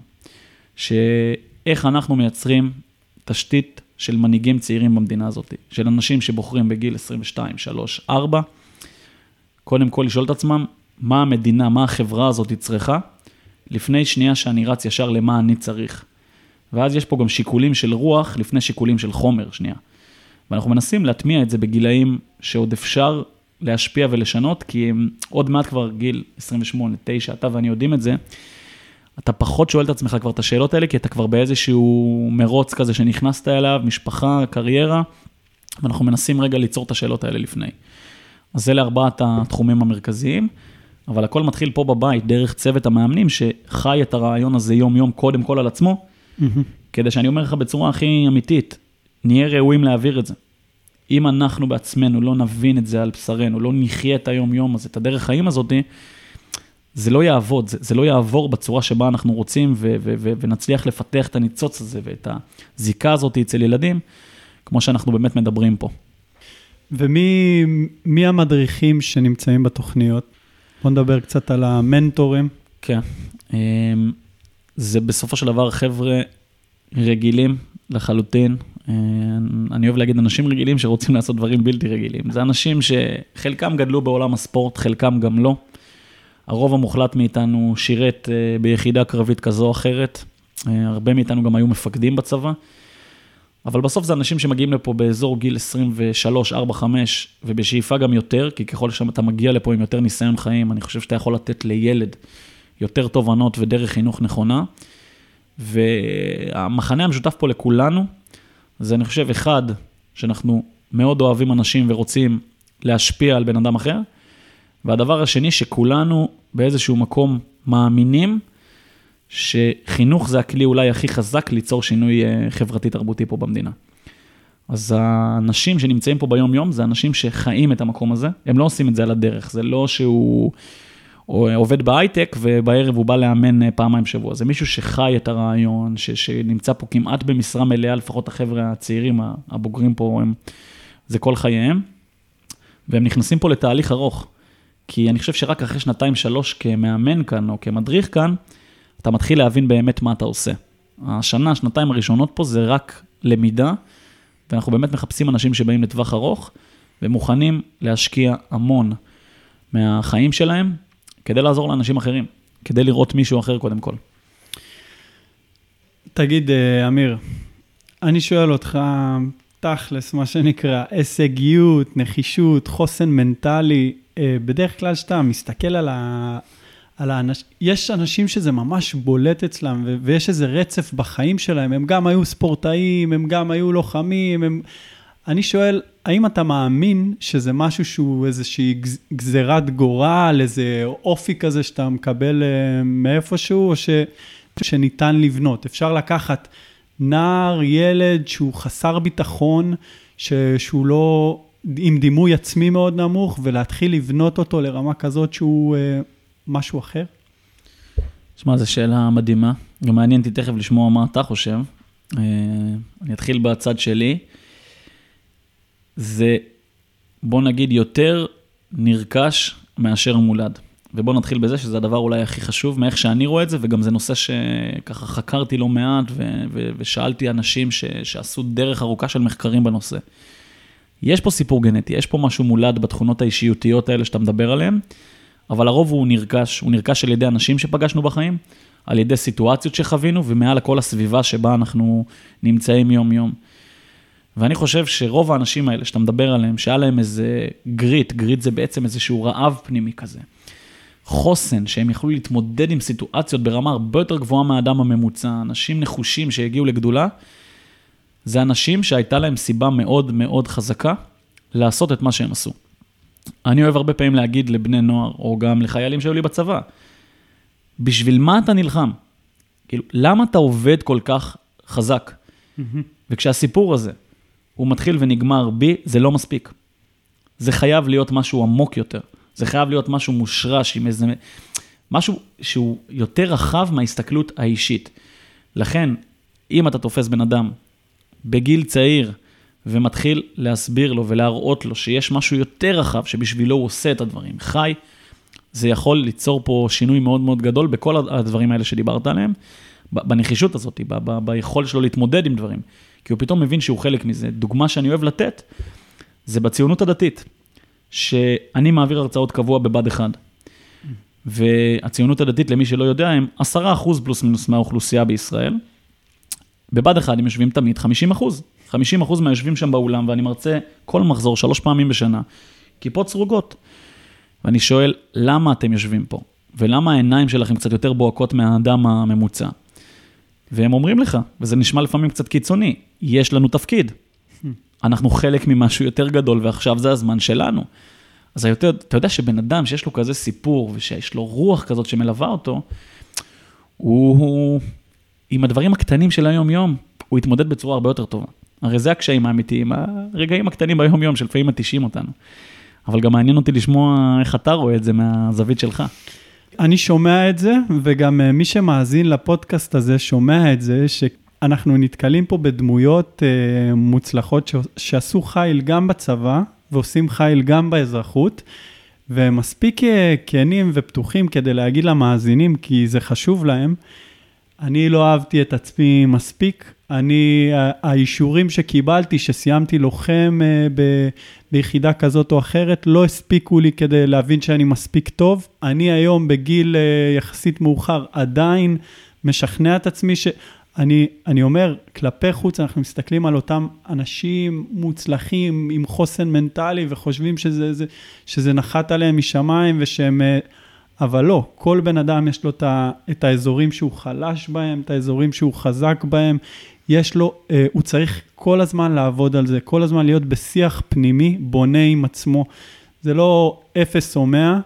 שאיך אנחנו מייצרים תשתית של מנהיגים צעירים במדינה הזאת, של אנשים שבוחרים בגיל עשרים ושתיים, שלוש, ארבע, קודם כל לשאול את עצמם, מה המדינה, מה החברה הזאת צריכה, לפני שנייה שאני רץ ישר למה אני צריך. ואז יש פה גם שיקולים של רוח, לפני שיקולים של חומר, שנייה. ואנחנו מנסים להטמיע את זה בגילאים שעוד אפשר להשפיע ולשנות, כי עוד מעט כבר גיל עשרים ושמונה, תשע, אתה ואני יודעים את זה, אתה פחות שואל את עצמך כבר את השאלות האלה, כי אתה כבר באיזשהו מרוץ כזה שנכנסת אליו, משפחה, קריירה, ואנחנו מנסים רגע ליצור את השאלות האלה לפני. אז אלה ארבעת התחומים המרכזיים, אבל הכל מתחיל פה בבית, דרך צוות המאמנים, שחי את הרעיון הזה יום-יום קודם כל על עצמו, mm-hmm. כדי שאני אומר לך בצורה הכי אמיתית, נהיה ראויים להעביר את זה. אם אנחנו בעצמנו לא נבין את זה על בשרנו, לא נחיה את היום-יום הזה, את הדרך חיים הזאת, זה לא יעבוד, זה, זה לא יעבור בצורה שבה אנחנו רוצים, ו- ו- ו- ונצליח לפתח את הניצוץ הזה, ואת הזיקה הזאת אצל ילדים, כמו שאנחנו באמת מדברים פה. ומי מי המדריכים שנמצאים בתוכניות? בוא נדבר קצת על המנטורים. כן. זה בסופו של דבר חבר'ה רגילים לחלוטין. אני אוהב להגיד אנשים רגילים שרוצים לעשות דברים בלתי רגילים. זה אנשים שחלקם גדלו בעולם הספורט, חלקם גם לא. הרוב המוחלט מאיתנו שירת ביחידה קרבית כזו או אחרת. הרבה מאיתנו גם היו מפקדים בצבא. אבל בסוף זה אנשים שמגיעים לפה באזור גיל עשרים ושלוש, ארבע, חמש, ובשאיפה גם יותר, כי ככל שאתה מגיע לפה עם יותר ניסיון חיים, אני חושב שאתה יכול לתת לילד יותר תובנות ודרך חינוך נכונה. והמחנה המשותף פה לכולנו, זה אני חושב אחד, שאנחנו מאוד אוהבים אנשים ורוצים להשפיע על בן אדם אחר, והדבר השני שכולנו באיזשהו מקום מאמינים, שחינוך זה הכלי אולי הכי חזק ליצור שינוי חברתי תרבותי פה במדינה. אז האנשים שנמצאים פה ביום יום, זה אנשים שחיים את המקום הזה, הם לא עושים את זה על הדרך, זה לא שהוא עובד בהייטק ובערב הוא בא לאמן פעמיים שבוע, זה מישהו שחי את הרעיון, ש, שנמצא פה כמעט במשרה מלאה, לפחות החבר'ה הצעירים, הבוגרים פה, הם, זה כל חייהם, והם נכנסים פה לתהליך ארוך, כי אני חושב שרק אחרי שנתיים שלוש כמאמן כאן או כמדריך כאן, אתה מתחיל להבין באמת מה אתה עושה. השנה, שנתיים הראשונות פה זה רק למידה, ואנחנו באמת מחפשים אנשים שבאים לטווח ארוך, ומוכנים להשקיע המון מהחיים שלהם, כדי לעזור לאנשים אחרים, כדי לראות מישהו אחר קודם כל. תגיד, אמיר, אני שואל אותך, תכלס, מה שנקרא, הישגיות, נחישות, חוסן מנטלי, בדרך כלל שאתה מסתכל על ה... על האנש... יש אנשים שזה ממש בולט אצלם, ו... ויש איזה רצף בחיים שלהם, הם גם היו ספורטאים, הם גם היו לוחמים, הם... אני שואל, האם אתה מאמין שזה משהו שהוא איזושהי גזירת גורל, איזה אופי כזה שאתה מקבל מאיפשהו, או ש... שניתן לבנות? אפשר לקחת נער, ילד שהוא חסר ביטחון, ש... שהוא לא... עם דימוי עצמי מאוד נמוך, ולהתחיל לבנות אותו לרמה כזאת שהוא... משהו אחר? תשמע, זו שאלה מדהימה. גם מעניין אותי תכף לשמוע מה אתה חושב. אני אתחיל בצד שלי. זה, בוא נגיד, יותר נרכש מאשר מולד. ובוא נתחיל בזה שזה הדבר אולי הכי חשוב, מאיך שאני רואה את זה, וגם זה נושא שככה חקרתי לא מעט, ו- ו- ושאלתי אנשים ש- שעשו דרך ארוכה של מחקרים בנושא. יש פה סיפור גנטי, יש פה משהו מולד בתכונות האישיותיות האלה שאתה מדבר עליהן, אבל הרוב הוא נרכש, הוא נרכש על ידי אנשים שפגשנו בחיים, על ידי סיטואציות שחווינו, ומעל הכל הסביבה שבה אנחנו נמצאים יום-יום. ואני חושב שרוב האנשים האלה שאתה מדבר עליהם, שהיה להם איזה גריט, גריט זה בעצם איזשהו רעב פנימי כזה. חוסן, שהם יכלו להתמודד עם סיטואציות ברמה הרבה יותר גבוהה מהאדם הממוצע, אנשים נחושים שהגיעו לגדולה, זה אנשים שהייתה להם סיבה מאוד מאוד חזקה לעשות את מה שהם עשו. אני אוהב הרבה פעמים להגיד לבני נוער, או גם לחיילים שהיו לי בצבא, בשביל מה אתה נלחם? כאילו, למה אתה עובד כל כך חזק? Mm-hmm. וכשהסיפור הזה, הוא מתחיל ונגמר בי, זה לא מספיק. זה חייב להיות משהו עמוק יותר. זה חייב להיות משהו מושרש, עם איזה... משהו שהוא יותר רחב מההסתכלות האישית. לכן, אם אתה תופס בן אדם בגיל צעיר, ומתחיל להסביר לו ולהראות לו שיש משהו יותר רחב שבשבילו הוא עושה את הדברים, חי, זה יכול ליצור פה שינוי מאוד מאוד גדול בכל הדברים האלה שדיברת עליהם, בנחישות הזאת, ב- ב- ביכולת שלו להתמודד עם דברים, כי הוא פתאום מבין שהוא חלק מזה. דוגמה שאני אוהב לתת, זה בציונות הדתית, שאני מעביר הרצאות קבוע בבד אחד, והציונות הדתית, למי שלא יודע, הם עשרה אחוז פלוס מינוס מהאוכלוסייה בישראל, בבד אחד הם יושבים תמיד חמישים אחוז, חמישים אחוז מהיושבים שם באולם, ואני מרצה כל מחזור שלוש פעמים בשנה, כיפות סרוגות. ואני שואל, למה אתם יושבים פה? ולמה העיניים שלכם קצת יותר בועקות מהאדם הממוצע? והם אומרים לך, וזה נשמע לפעמים קצת קיצוני, יש לנו תפקיד. אנחנו חלק ממשהו יותר גדול, ועכשיו זה הזמן שלנו. אז היותר, אתה יודע שבן אדם שיש לו כזה סיפור, ושיש לו רוח כזאת שמלווה אותו, הוא, הוא עם הדברים הקטנים של היום-יום, הוא יתמודד בצורה הרבה יותר טובה. הרי זה הקשיים האמיתיים, הרגעים הקטנים ביום-יום, שלפעמים מתישים אותנו. אבל גם מעניין אותי לשמוע איך אתה רואה את זה מהזווית שלך. אני שומע את זה, וגם מי שמאזין לפודקאסט הזה שומע את זה, שאנחנו נתקלים פה בדמויות uh, מוצלחות ש... שעשו חיל גם בצבא, ועושים חיל גם באזרחות, ומספיק כנים ופתוחים כדי להגיד למאזינים, כי זה חשוב להם. אני לא אהבתי את עצמי מספיק, אני, האישורים שקיבלתי, שסיימתי לוחם ב, ביחידה כזאת או אחרת, לא הספיקו לי כדי להבין שאני מספיק טוב. אני היום בגיל יחסית מאוחר, עדיין משכנע את עצמי שאני, אני אומר, כלפי חוץ, אנחנו מסתכלים על אותם אנשים מוצלחים עם חוסן מנטלי, וחושבים שזה, זה, שזה נחת עליהם משמיים, ושהם, אבל לא, כל בן אדם יש לו את האזורים שהוא חלש בהם, את האזורים שהוא חזק בהם, יש לו, הוא צריך כל הזמן לעבוד על זה, כל הזמן להיות בשיח פנימי, בונה עם עצמו. זה לא אפס או מאה,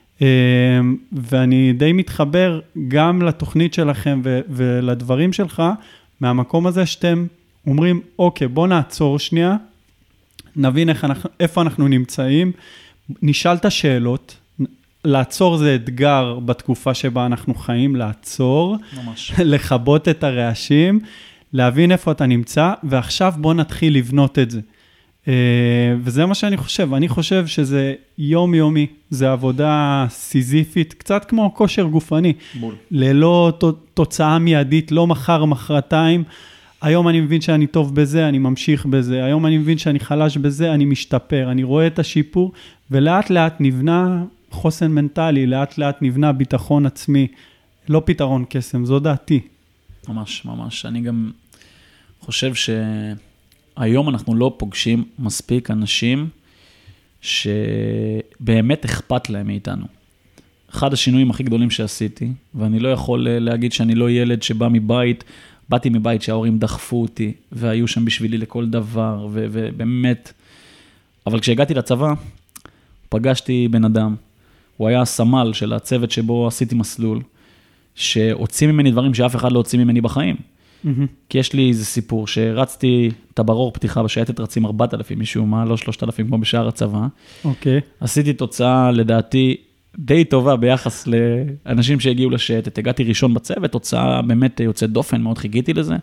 ואני די מתחבר גם לתוכנית שלכם ולדברים שלך, מהמקום הזה שאתם אומרים, אוקיי, בוא נעצור שנייה, נבין איך אנחנו, איפה אנחנו נמצאים, נשאל את השאלות, לעצור זה אתגר בתקופה שבה אנחנו חיים, לעצור, ממש. לחבות את הרעשים, להבין איפה אתה נמצא, ועכשיו בוא נתחיל לבנות את זה. וזה מה שאני חושב, אני חושב שזה יום-יומי, זה עבודה סיזיפית, קצת כמו כושר גופני, בול. ללא תוצאה מיידית, לא מחר, מחרתיים, היום אני מבין שאני טוב בזה, אני ממשיך בזה, היום אני מבין שאני חלש בזה, אני משתפר, אני רואה את השיפור, ולאט לאט נבנה חוסן מנטלי, לאט לאט נבנה ביטחון עצמי, לא פתרון קסם, זו דעתי. ממש, ממש. אני גם חושב שהיום אנחנו לא פוגשים מספיק אנשים שבאמת אכפת להם מאיתנו. אחד השינויים הכי גדולים שעשיתי, ואני לא יכול להגיד שאני לא ילד שבא מבית, באתי מבית שההורים דחפו אותי, והיו שם בשבילי לכל דבר, ו- ובאמת, אבל כשהגעתי לצבא, פגשתי בן אדם, הוא היה הסמל של הצוות שבו עשיתי מסלול, שהוציא ממני דברים שאף אחד לא הוציא ממני בחיים. Mm-hmm. כי יש לי איזה סיפור, שרצתי טברור פתיחה בשייטת רצים ארבעת אלפים משום מה, לא שלושת אלפים כמו בשאר הצבא. אוקיי. Okay. עשיתי תוצאה לדעתי די טובה ביחס לאנשים שהגיעו לשייטת. הגעתי ראשון בצוות, תוצאה באמת יוצאת דופן, מאוד חיכיתי לזה.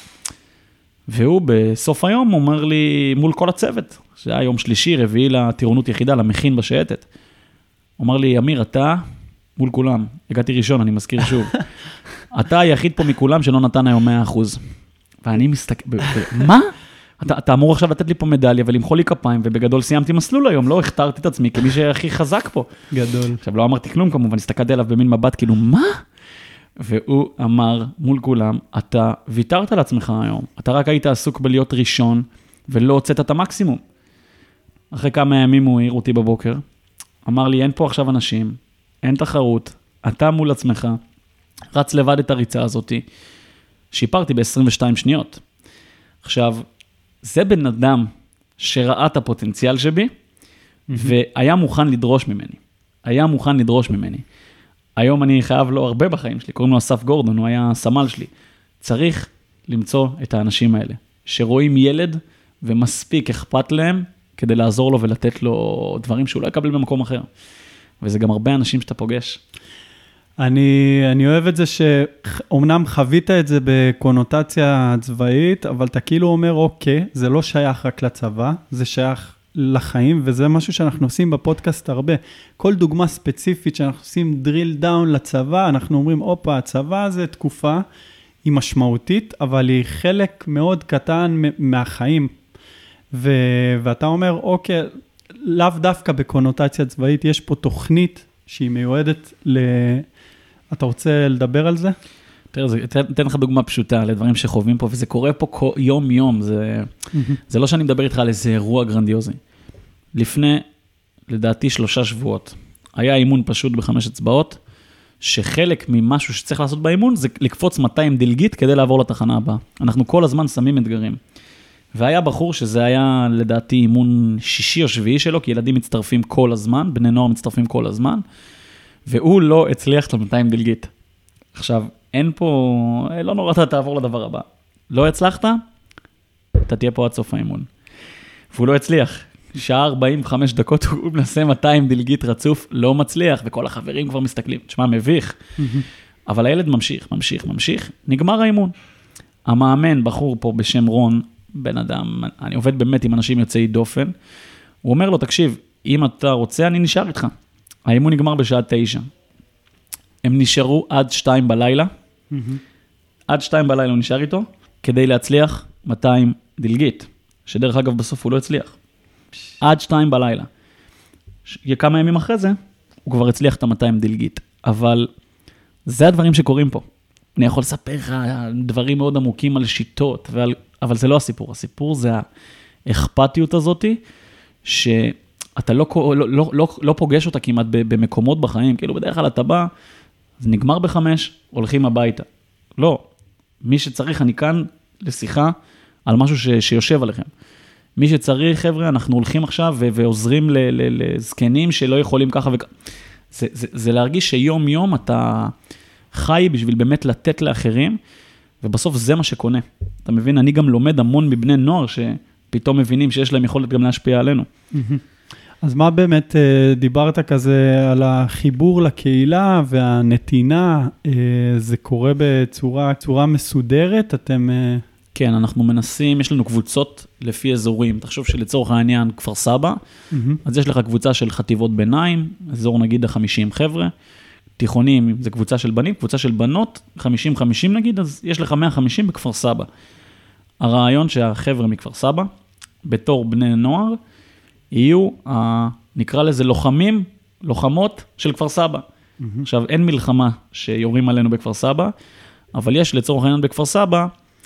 והוא בסוף היום אומר לי מול כל הצוות, זה היה יום שלישי, רביעי לטירונות יחידה, למכין בשייטת. הוא אמר לי, אמיר, אתה מול כולם, הגעתי ראשון, אני מזכיר שוב. אתה היחיד פה מכולם שלא נתן היום מאה אחוז. ואני מסתכל, מה? אתה, אתה אמור עכשיו לתת לי פה מדליה ולמחוא לי כפיים, ובגדול סיימתי מסלול היום, לא הכתרתי את עצמי כמי שהכי חזק פה. גדול. עכשיו לא אמרתי כלום כמובן, הסתכלתי עליו במין מבט, כאילו, מה? והוא אמר מול כולם, אתה ויתרת לעצמך היום, אתה רק היית עסוק בלהיות ראשון, ולא הוצאת את המקסימום. אחרי כמה ימים הוא העיר אותי בבוקר, אמר לי, אין פה עכשיו אנשים, אין תחרות, אתה מול עצמך, רץ לבד את הריצה הזאת, שיפרתי ב-עשרים ושתיים שניות. עכשיו, זה בן אדם שראה את הפוטנציאל שבי, mm-hmm. והיה מוכן לדרוש ממני. היה מוכן לדרוש ממני. היום אני חייב לו הרבה בחיים שלי, קוראים לו אסף גורדון, הוא היה סמל שלי. צריך למצוא את האנשים האלה, שרואים ילד ומספיק אכפת להם, כדי לעזור לו ולתת לו דברים שהוא לא יקבל במקום אחר. וזה גם הרבה אנשים שאתה פוגש. אני, אני אוהב את זה שאומנם חווית את זה בקונוטציה צבאית, אבל אתה כאילו אומר, אוקיי, זה לא שייך רק לצבא, זה שייך לחיים, וזה משהו שאנחנו עושים בפודקאסט הרבה. כל דוגמה ספציפית שאנחנו עושים drill down לצבא, אנחנו אומרים, אופה, הצבא זה תקופה, היא משמעותית, אבל היא חלק מאוד קטן מהחיים. ו, ואתה אומר, אוקיי, לאו דווקא בקונוטציה צבאית, יש פה תוכנית שהיא מיועדת ל... אתה רוצה לדבר על זה? תראה, אתן לך דוגמה פשוטה לדברים שחווים פה, וזה קורה פה יום יום, זה, זה לא שאני מדבר איתך על איזה אירוע גרנדיוזי. לפני, לדעתי, שלושה שבועות, היה אימון פשוט בחמש אצבעות, שחלק ממשהו שצריך לעשות באימון, זה לקפוץ מאתיים דלגית כדי לעבור לתחנה הבאה. אנחנו כל הזמן שמים אתגרים. והיה בחור שזה היה לדעתי אימון שישי או שביעי שלו, כי ילדים מצטרפים כל הזמן, בני נוער מצטרפים כל הזמן, והוא לא הצליח את ה-מאתיים דלגית. עכשיו, אין פה, לא נורא, אתה תעבור לדבר הבא. לא הצלחת, אתה תהיה פה עד סוף האימון. והוא לא הצליח. שעה ארבעים וחמש דקות הוא מנסה מאתיים דלגית רצוף, לא מצליח, וכל החברים כבר מסתכלים. תשמע, מביך. אבל הילד ממשיך, ממשיך, ממשיך. נגמר האימון. המאמן, בחור פה בשם רון, בן אדם, אני עובד באמת עם אנשים יוצאי דופן, הוא אומר לו, תקשיב, אם אתה רוצה, אני נשאר איתך. האימון נגמר בשעה תשע. הם נשארו עד שתיים בלילה, עד שתיים בלילה הוא נשאר איתו, כדי להצליח מאתיים דלגית, שדרך אגב בסוף הוא לא הצליח. עד שתיים בלילה. כמה ימים אחרי זה, הוא כבר הצליח את ה-מאתיים דלגית. אבל זה הדברים שקורים פה. אני יכול לספר לך דברים מאוד עמוקים על שיטות, ועל... אבל זה לא הסיפור. הסיפור זה האכפתיות הזאת, שאתה לא, לא, לא, לא, לא פוגש אותה כמעט במקומות בחיים. כאילו בדרך כלל אתה בא, זה נגמר בחמש, הולכים הביתה. לא. מי שצריך, אני כאן לשיחה על משהו ש... שיושב עליכם. מי שצריך, חבר'ה, אנחנו הולכים עכשיו ו- ועוזרים ל- ל- לזקנים שלא יכולים ככה וככה. זה, זה, זה להרגיש שיום יום אתה חי בשביל באמת לתת לאחרים, ובסוף זה מה שקונה. אתה מבין? אני גם לומד המון מבני נוער שפתאום מבינים שיש להם יכולת גם להשפיע עלינו. אז מה באמת דיברת כזה על החיבור לקהילה והנתינה? זה קורה בצורה, צורה מסודרת? אתם... כן, אנחנו מנסים, יש לנו קבוצות לפי אזורים. תחשוב שלצורך העניין כפר סבא, mm-hmm. אז יש לך קבוצה של חטיבות ביניים, אזור נגיד ה-חמישים חבר'ה, תיכונים זה קבוצה של בנים, קבוצה של בנות, חמישים חמישים נגיד, אז יש לך מאה וחמישים בכפר סבא. הרעיון שהחבר'ה מכפר סבא, בתור בני נוער, יהיו, ה, נקרא לזה לוחמים, לוחמות של כפר סבא. Mm-hmm. עכשיו, אין מלחמה שיורים עלינו בכפר סבא, אבל יש לצורך העניין בכפר סבא,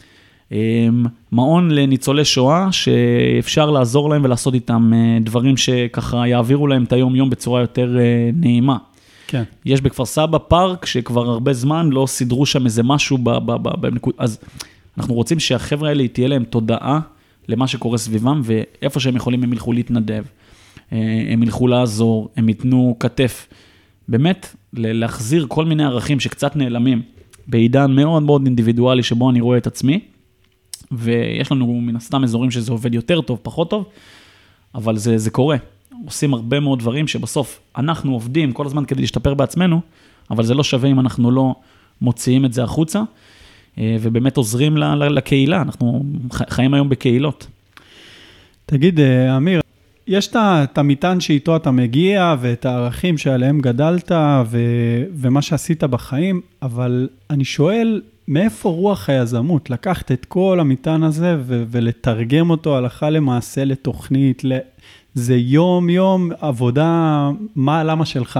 מעון לניצולי שואה, שאפשר לעזור להם ולעשות איתם דברים שככה יעבירו להם את היום יום בצורה יותר נעימה. כן. יש בכפר סבא פארק שכבר הרבה זמן לא סידרו שם איזה משהו בנקוד, אז אנחנו רוצים שהחבר'ה האלה תהיה להם תודעה למה שקורה סביבם, ואיפה שהם יכולים הם ילכו להתנדב, הם ילכו לעזור, הם ייתנו כתף, באמת להחזיר כל מיני ערכים שקצת נעלמים, בעידן מאוד מאוד אינדיבידואלי שבו אני רואה את עצמי, ויש לנו מן הסתם אזורים שזה עובד יותר טוב, פחות טוב, אבל זה, זה קורה. עושים הרבה מאוד דברים שבסוף אנחנו עובדים כל הזמן כדי להשתפר בעצמנו, אבל זה לא שווה אם אנחנו לא מוציאים את זה החוצה, ובאמת עוזרים לקהילה. אנחנו חיים היום בקהילות. תגיד, אמיר, יש את המטען שאיתו אתה מגיע, ואת הערכים שעליהם גדלת, ו, ומה שעשית בחיים, אבל אני שואל, מאיפה רוח היזמות? לקחת את כל המטען הזה, ו, ולתרגם אותו הלכה למעשה לתוכנית, זה יום יום עבודה, מה, למה שלך?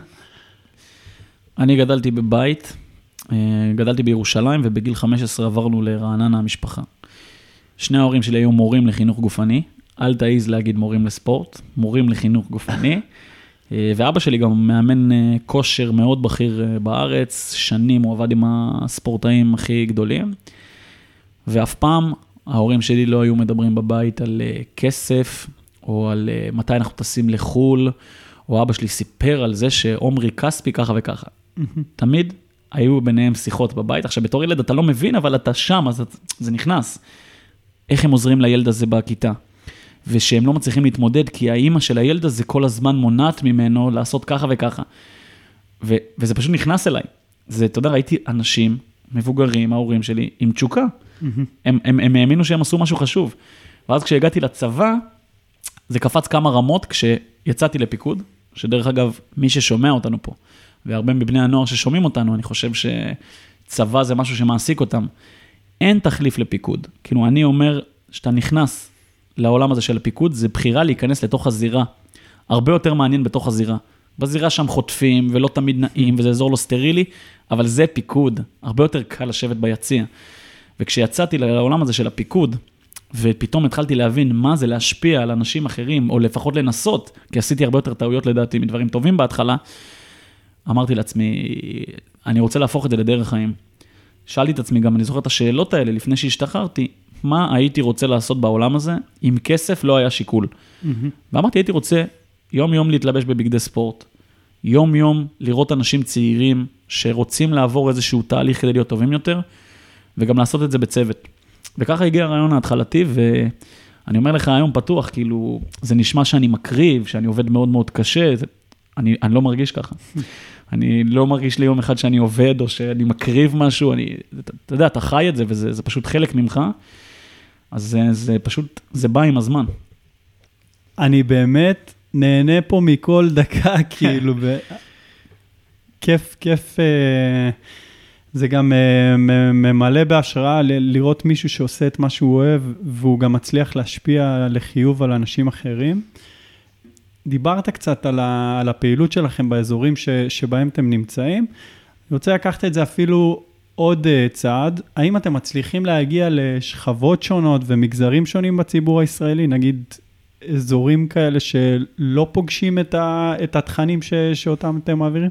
אני גדלתי בבית, גדלתי בירושלים, ובגיל חמש עשרה עברנו לרעננה המשפחה. שני ההורים שלי היו מורים לחינוך גופני, אל תעיז להגיד מורים לספורט, מורים לחינוך גופני, ואבא שלי גם מאמן כושר מאוד בכיר בארץ, שנים הוא עבד עם הספורטאים הכי גדולים, ואף פעם ההורים שלי לא היו מדברים בבית על כסף, או על מתי אנחנו טסים לחול, או אבא שלי סיפר על זה שעומרי כספי ככה וככה. תמיד היו ביניהם שיחות בבית. עכשיו, בתור ילד אתה לא מבין, אבל אתה שם, אז זה נכנס. איך הם עוזרים לילד הזה בכיתה? ושהם לא מצליחים להתמודד, כי האמא של הילד הזה כל הזמן מונעת ממנו לעשות ככה וככה. ו- וזה פשוט נכנס אליי. זה, אתה יודע, ראיתי אנשים מבוגרים, ההורים שלי, עם תשוקה. הם, הם, הם האמינו שהם עשו משהו חשוב. ואז כשהגעתי לצבא, זה קפץ כמה רמות כשיצאתי לפיקוד, שדרך אגב, מי ששומע אותנו פה, והרבה מבני הנוער ששומעים אותנו, אני חושב שצבא זה משהו שמעסיק אותם. אין תחליף לפיקוד. כאילו, אני אומר שאתה נכנס לעולם הזה של הפיקוד, זה בחירה להיכנס לתוך הזירה. הרבה יותר מעניין בתוך הזירה. בזירה שם חוטפים, ולא תמיד נעים, וזה אזור לא סטרילי, אבל זה פיקוד. הרבה יותר קל לשבת ביציע. וכשיצאתי לעולם הזה של הפיקוד, ופתאום התחלתי להבין מה זה להשפיע על אנשים אחרים, או לפחות לנסות, כי עשיתי הרבה יותר טעויות לדעתי מדברים טובים בהתחלה, אמרתי לעצמי, אני רוצה להפוך את זה לדרך חיים. שאלתי את עצמי גם, אני זוכר את השאלות האלה לפני שהשתחררתי, מה הייתי רוצה לעשות בעולם הזה, אם כסף לא היה שיקול. Mm-hmm. ואמרתי, הייתי רוצה יום יום להתלבש בבגדי ספורט, יום יום לראות אנשים צעירים שרוצים לעבור איזשהו תהליך כדי להיות טובים יותר, וגם לעשות את זה בצוות. וככה הגיע הרעיון ההתחלתי, ואני אומר לך היום פתוח, כאילו, זה נשמע שאני מקריב, שאני עובד מאוד מאוד קשה, זה, אני, אני לא מרגיש ככה. אני לא מרגיש לי יום אחד שאני עובד, או שאני מקריב משהו, אני, אתה, אתה יודע, אתה חי את זה, וזה זה פשוט חלק ממך, אז זה, זה פשוט, זה בא עם הזמן. אני באמת נהנה פה מכל דקה, כאילו, ב... כיף, כיף, זה גם ממלא בהשראה לראות מישהו שעושה את מה שהוא אוהב, והוא גם מצליח להשפיע לחיוב על אנשים אחרים. דיברת קצת על, ה, על הפעילות שלכם באזורים ש, שבהם אתם נמצאים. אני רוצה לקחת את זה אפילו עוד צעד. האם אתם מצליחים להגיע לשכבות שונות ומגזרים שונים בציבור הישראלי? נגיד אזורים כאלה שלא פוגשים את, ה, את התכנים ש, שאותם אתם מעבירים?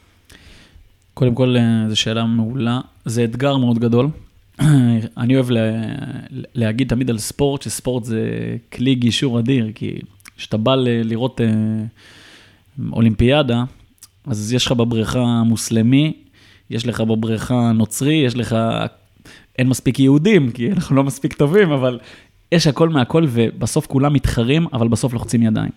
קודם כל, זו שאלה מעולה. זה אתגר מאוד גדול. אני אוהב לה, להגיד תמיד על ספורט, שספורט זה כלי גישור אדיר, כי כשאתה בא לראות אה, אולימפיאדה, אז יש לך בבריכה מוסלמי, יש לך בבריכה נוצרי, יש לך, אין מספיק יהודים, כי אנחנו לא מספיק טובים, אבל יש הכל מהכל, ובסוף כולם מתחרים, אבל בסוף לוחצים ידיים.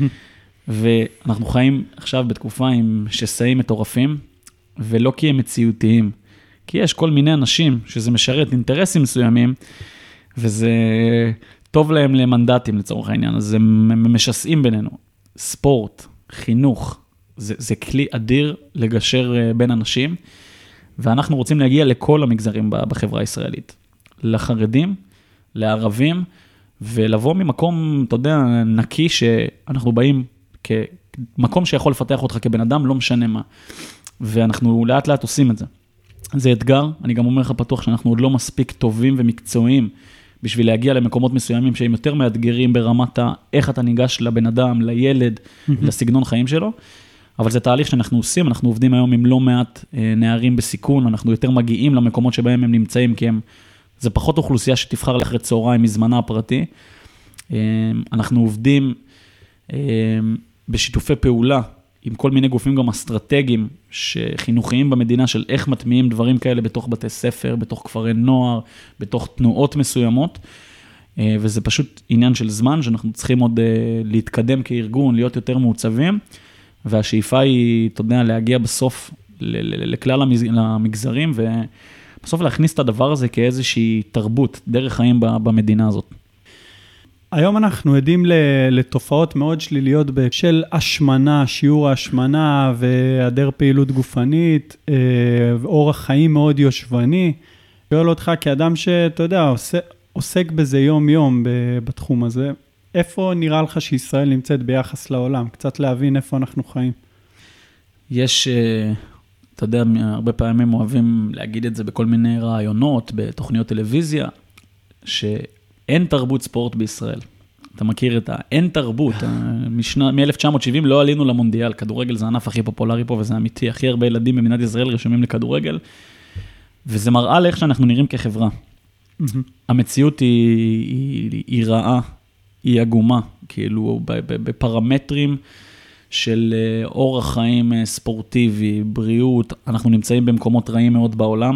ואנחנו חיים עכשיו בתקופה עם שסעים מטורפים, ולא כי הם מציאותיים, כי יש כל מיני אנשים שזה משרת אינטרסים מסוימים, וזה טוב להם למנדטים לצורך העניין, אז הם משסעים בינינו. ספורט, חינוך, זה, זה כלי אדיר לגשר בין אנשים, ואנחנו רוצים להגיע לכל המגזרים בחברה הישראלית. לחרדים, לערבים, ולבוא ממקום, אתה יודע, נקי, שאנחנו באים כמקום שיכול לפתח אותך כבן אדם, לא משנה מה. ואנחנו לאט לאט עושים את זה. זה אתגר, אני גם אומר לך פתוח שאנחנו עוד לא מספיק טובים ומקצועיים, בשביל להגיע למקומות מסוימים שהם יותר מאתגרים ברמת איך אתה ניגש לבן אדם, לילד, mm-hmm. לסגנון חיים שלו, אבל זה תהליך שאנחנו עושים, אנחנו עובדים היום עם לא מעט נערים בסיכון, אנחנו יותר מגיעים למקומות שבהם הם נמצאים, כי הם, זה פחות אוכלוסייה שתבחר לאחרי צהריים מזמנה הפרטי, אנחנו עובדים בשיתופי פעולה, עם כל מיני גופים גם אסטרטגיים, שחינוכיים במדינה של איך מטמיעים דברים כאלה בתוך בתי ספר, בתוך כפרי נוער, בתוך תנועות מסוימות, וזה פשוט עניין של זמן, שאנחנו צריכים עוד להתקדם כארגון, להיות יותר מעוצבים, והשאיפה היא, אתה יודע, להגיע בסוף לכלל המגזרים, ובסוף להכניס את הדבר הזה כאיזושהי תרבות, דרך חיים במדינה הזאת. היום אנחנו עדים לתופעות מאוד שליליות של השמנה, שיעור ההשמנה והיעדר פעילות גופנית, ואורח חיים מאוד יושבני. שואל אותך כאדם שאתה יודע, עוסק, עוסק בזה יום יום בתחום הזה, איפה נראה לך שישראל נמצאת ביחס לעולם? קצת להבין איפה אנחנו חיים. יש, אתה יודע, הרבה פעמים אוהבים להגיד את זה בכל מיני רעיונות, בתוכניות טלוויזיה, שאין תרבות ספורט בישראל. אתה מכיר את האין תרבות, מ-אלף תשע מאות שבעים לא עלינו למונדיאל, כדורגל זה הענף הכי פופולרי פה, וזה אמיתי, הכי הרבה ילדים במדינת ישראל רשומים לכדורגל, וזה מראה לאיך שאנחנו נראים כחברה. המציאות היא, היא, היא רעה, היא עגומה, כאילו בפרמטרים של אורח חיים ספורטיבי, בריאות, אנחנו נמצאים במקומות רעים מאוד בעולם.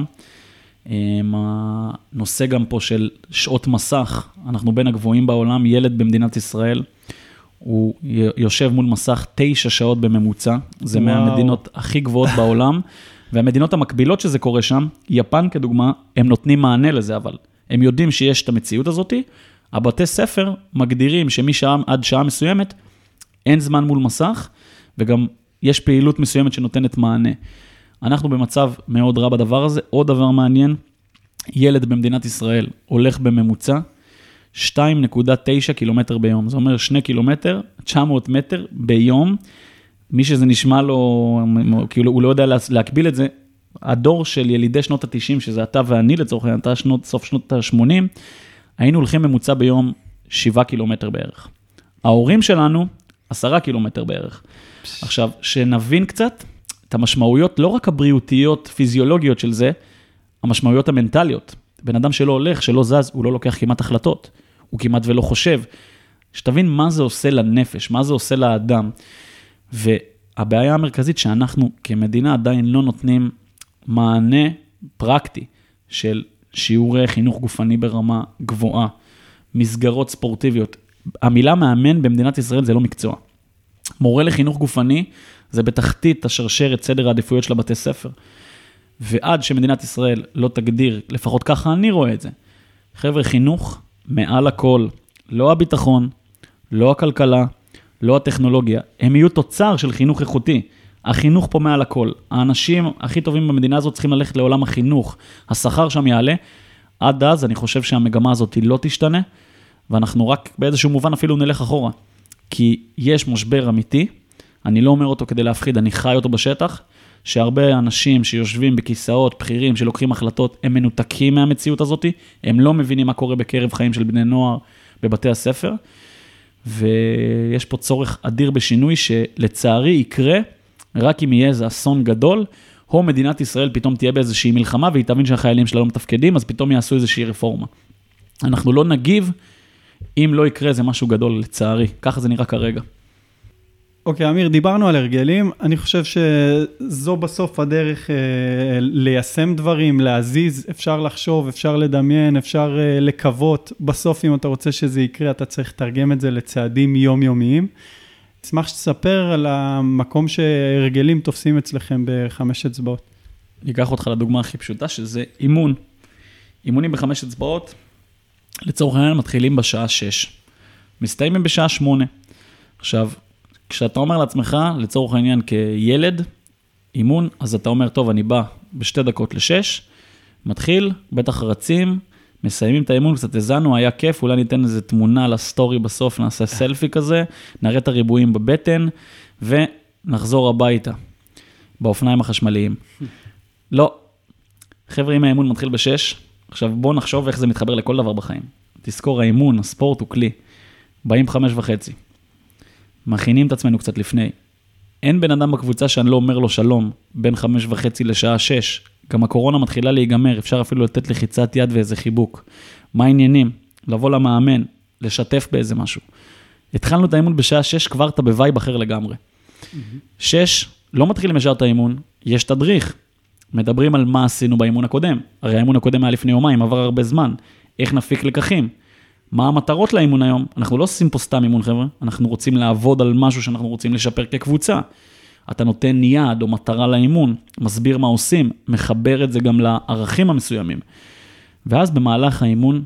הנושא גם פה של שעות מסך, אנחנו בין הגבוהים בעולם, ילד במדינת ישראל, הוא יושב מול מסך תשע שעות בממוצע, זה וואו. מהמדינות הכי גבוהות בעולם, והמדינות המקבילות שזה קורה שם, יפן כדוגמה, הם נותנים מענה לזה, אבל הם יודעים שיש את המציאות הזאת, הבתי ספר מגדירים שמשעה עד שעה מסוימת, אין זמן מול מסך, וגם יש פעילות מסוימת שנותנת מענה. אנחנו במצב מאוד רע בדבר הזה. עוד דבר מעניין, ילד במדינת ישראל הולך בממוצע שתיים נקודה תשע קילומטר ביום. זה אומר שני קילומטר, תשע מאות מטר ביום. מי שזה נשמע לו, כאילו הוא לא יודע להקביל את זה. הדור של ילידי שנות ה-תשעים, שזה אתה ואני לצורך העניין, אתה שנות, סוף שנות ה-שמונים, היינו הולכים ממוצע ביום שבעה קילומטר בערך. ההורים שלנו, עשרה קילומטר בערך. עכשיו, שנבין קצת, את המשמעויות, לא רק הבריאותיות, פיזיולוגיות של זה, המשמעויות המנטליות. בן אדם שלא הולך, שלא זז, הוא לא לוקח כמעט החלטות, הוא כמעט ולא חושב. שתבין מה זה עושה לנפש, מה זה עושה לאדם. והבעיה המרכזית שאנחנו כמדינה עדיין לא נותנים מענה פרקטי של שיעורי חינוך גופני ברמה גבוהה, מסגרות ספורטיביות. המילה מאמן במדינת ישראל זה לא מקצוע. מורה לחינוך גופני זה בתחתית השרשרת סדר העדיפויות של הבתי ספר. ועד שמדינת ישראל לא תגדיר, לפחות ככה אני רואה את זה. חבר'ה, חינוך מעל הכל, לא הביטחון, לא הכלכלה, לא הטכנולוגיה, הם יהיו תוצר של חינוך איכותי. החינוך פה מעל הכל. האנשים הכי טובים במדינה הזאת צריכים ללכת לעולם החינוך. השכר שם יעלה. עד אז אני חושב שהמגמה הזאת לא תשתנה, ואנחנו רק באיזשהו מובן אפילו נלך אחורה. כי יש משבר אמיתי, אני לא אומר אותו כדי להפחיד, אני חי אותו בשטח, שהרבה אנשים שיושבים בכיסאות, בכירים, שלוקחים החלטות, הם מנותקים מהמציאות הזאת, הם לא מבינים מה קורה בקרב חיים של בני נוער בבתי הספר, ויש פה צורך אדיר בשינוי שלצערי יקרה, רק אם יהיה איזה אסון גדול, או מדינת ישראל פתאום תהיה באיזושהי מלחמה, והיא תבין שהחיילים שלה לא מתפקדים, אז פתאום יעשו איזושהי רפורמה. אנחנו לא נגיב, אם לא יקרה זה משהו גדול, לצערי. ככה זה נראה כרגע. אוקיי, אמיר, דיברנו על הרגלים. אני חושב שזו בסוף הדרך אה, ליישם דברים, להזיז, אפשר לחשוב, אפשר לדמיין, אפשר אה, לקוות. בסוף, אם אתה רוצה שזה יקרה, אתה צריך לתרגם את זה לצעדים יומיומיים. אשמח שתספר על המקום שהרגלים תופסים אצלכם בחמש אצבעות. אני אקח אותך לדוגמה הכי פשוטה, שזה אימון. אימונים בחמש אצבעות, לצורך העניין מתחילים בשעה שש. מסתיימים בשעה שמונה. עכשיו, כשאתה אומר לעצמך, לצורך העניין כילד, אימון, אז אתה אומר, טוב, אני בא בשתי דקות לשש, מתחיל, בטח רצים, מסיימים את האימון, קצת הזנו, היה כיף, אולי ניתן איזו תמונה לסטורי בסוף, נעשה סלפי כזה, נראה את הריבועים בבטן, ונחזור הביתה, באופניים החשמליים. לא. חבר'ה, אם האימון מתחיל בשש, עכשיו בוא נחשוב איך זה מתחבר לכל דבר בחיים. תזכור, האימון, הספורט הוא כלי. באים חמש וחצי. מכינים את עצמנו קצת לפני. אין בן אדם בקבוצה שאני לא אומר לו שלום, בין חמש וחצי לשעה שש. גם הקורונה מתחילה להיגמר, אפשר אפילו לתת לחיצת יד ואיזה חיבוק. מה העניינים? לבוא למאמן, לשתף באיזה משהו. התחלנו את האימון בשעה שש, כבר אתה בווייב אחר לגמרי. שש, לא מתחילים ישר את האימון, יש תדריך. מדברים על מה עשינו באימון הקודם. הרי האימון הקודם היה לפני יומיים, עבר הרבה זמן. איך נפיק לקחים? מה המטרות לאימון היום? אנחנו לא עושים פה סתם אימון, חבר'ה. אנחנו רוצים לעבוד על משהו שאנחנו רוצים לשפר כקבוצה. אתה נותן יעד או מטרה לאימון, מסביר מה עושים, מחבר את זה גם לערכים המסוימים. ואז במהלך האימון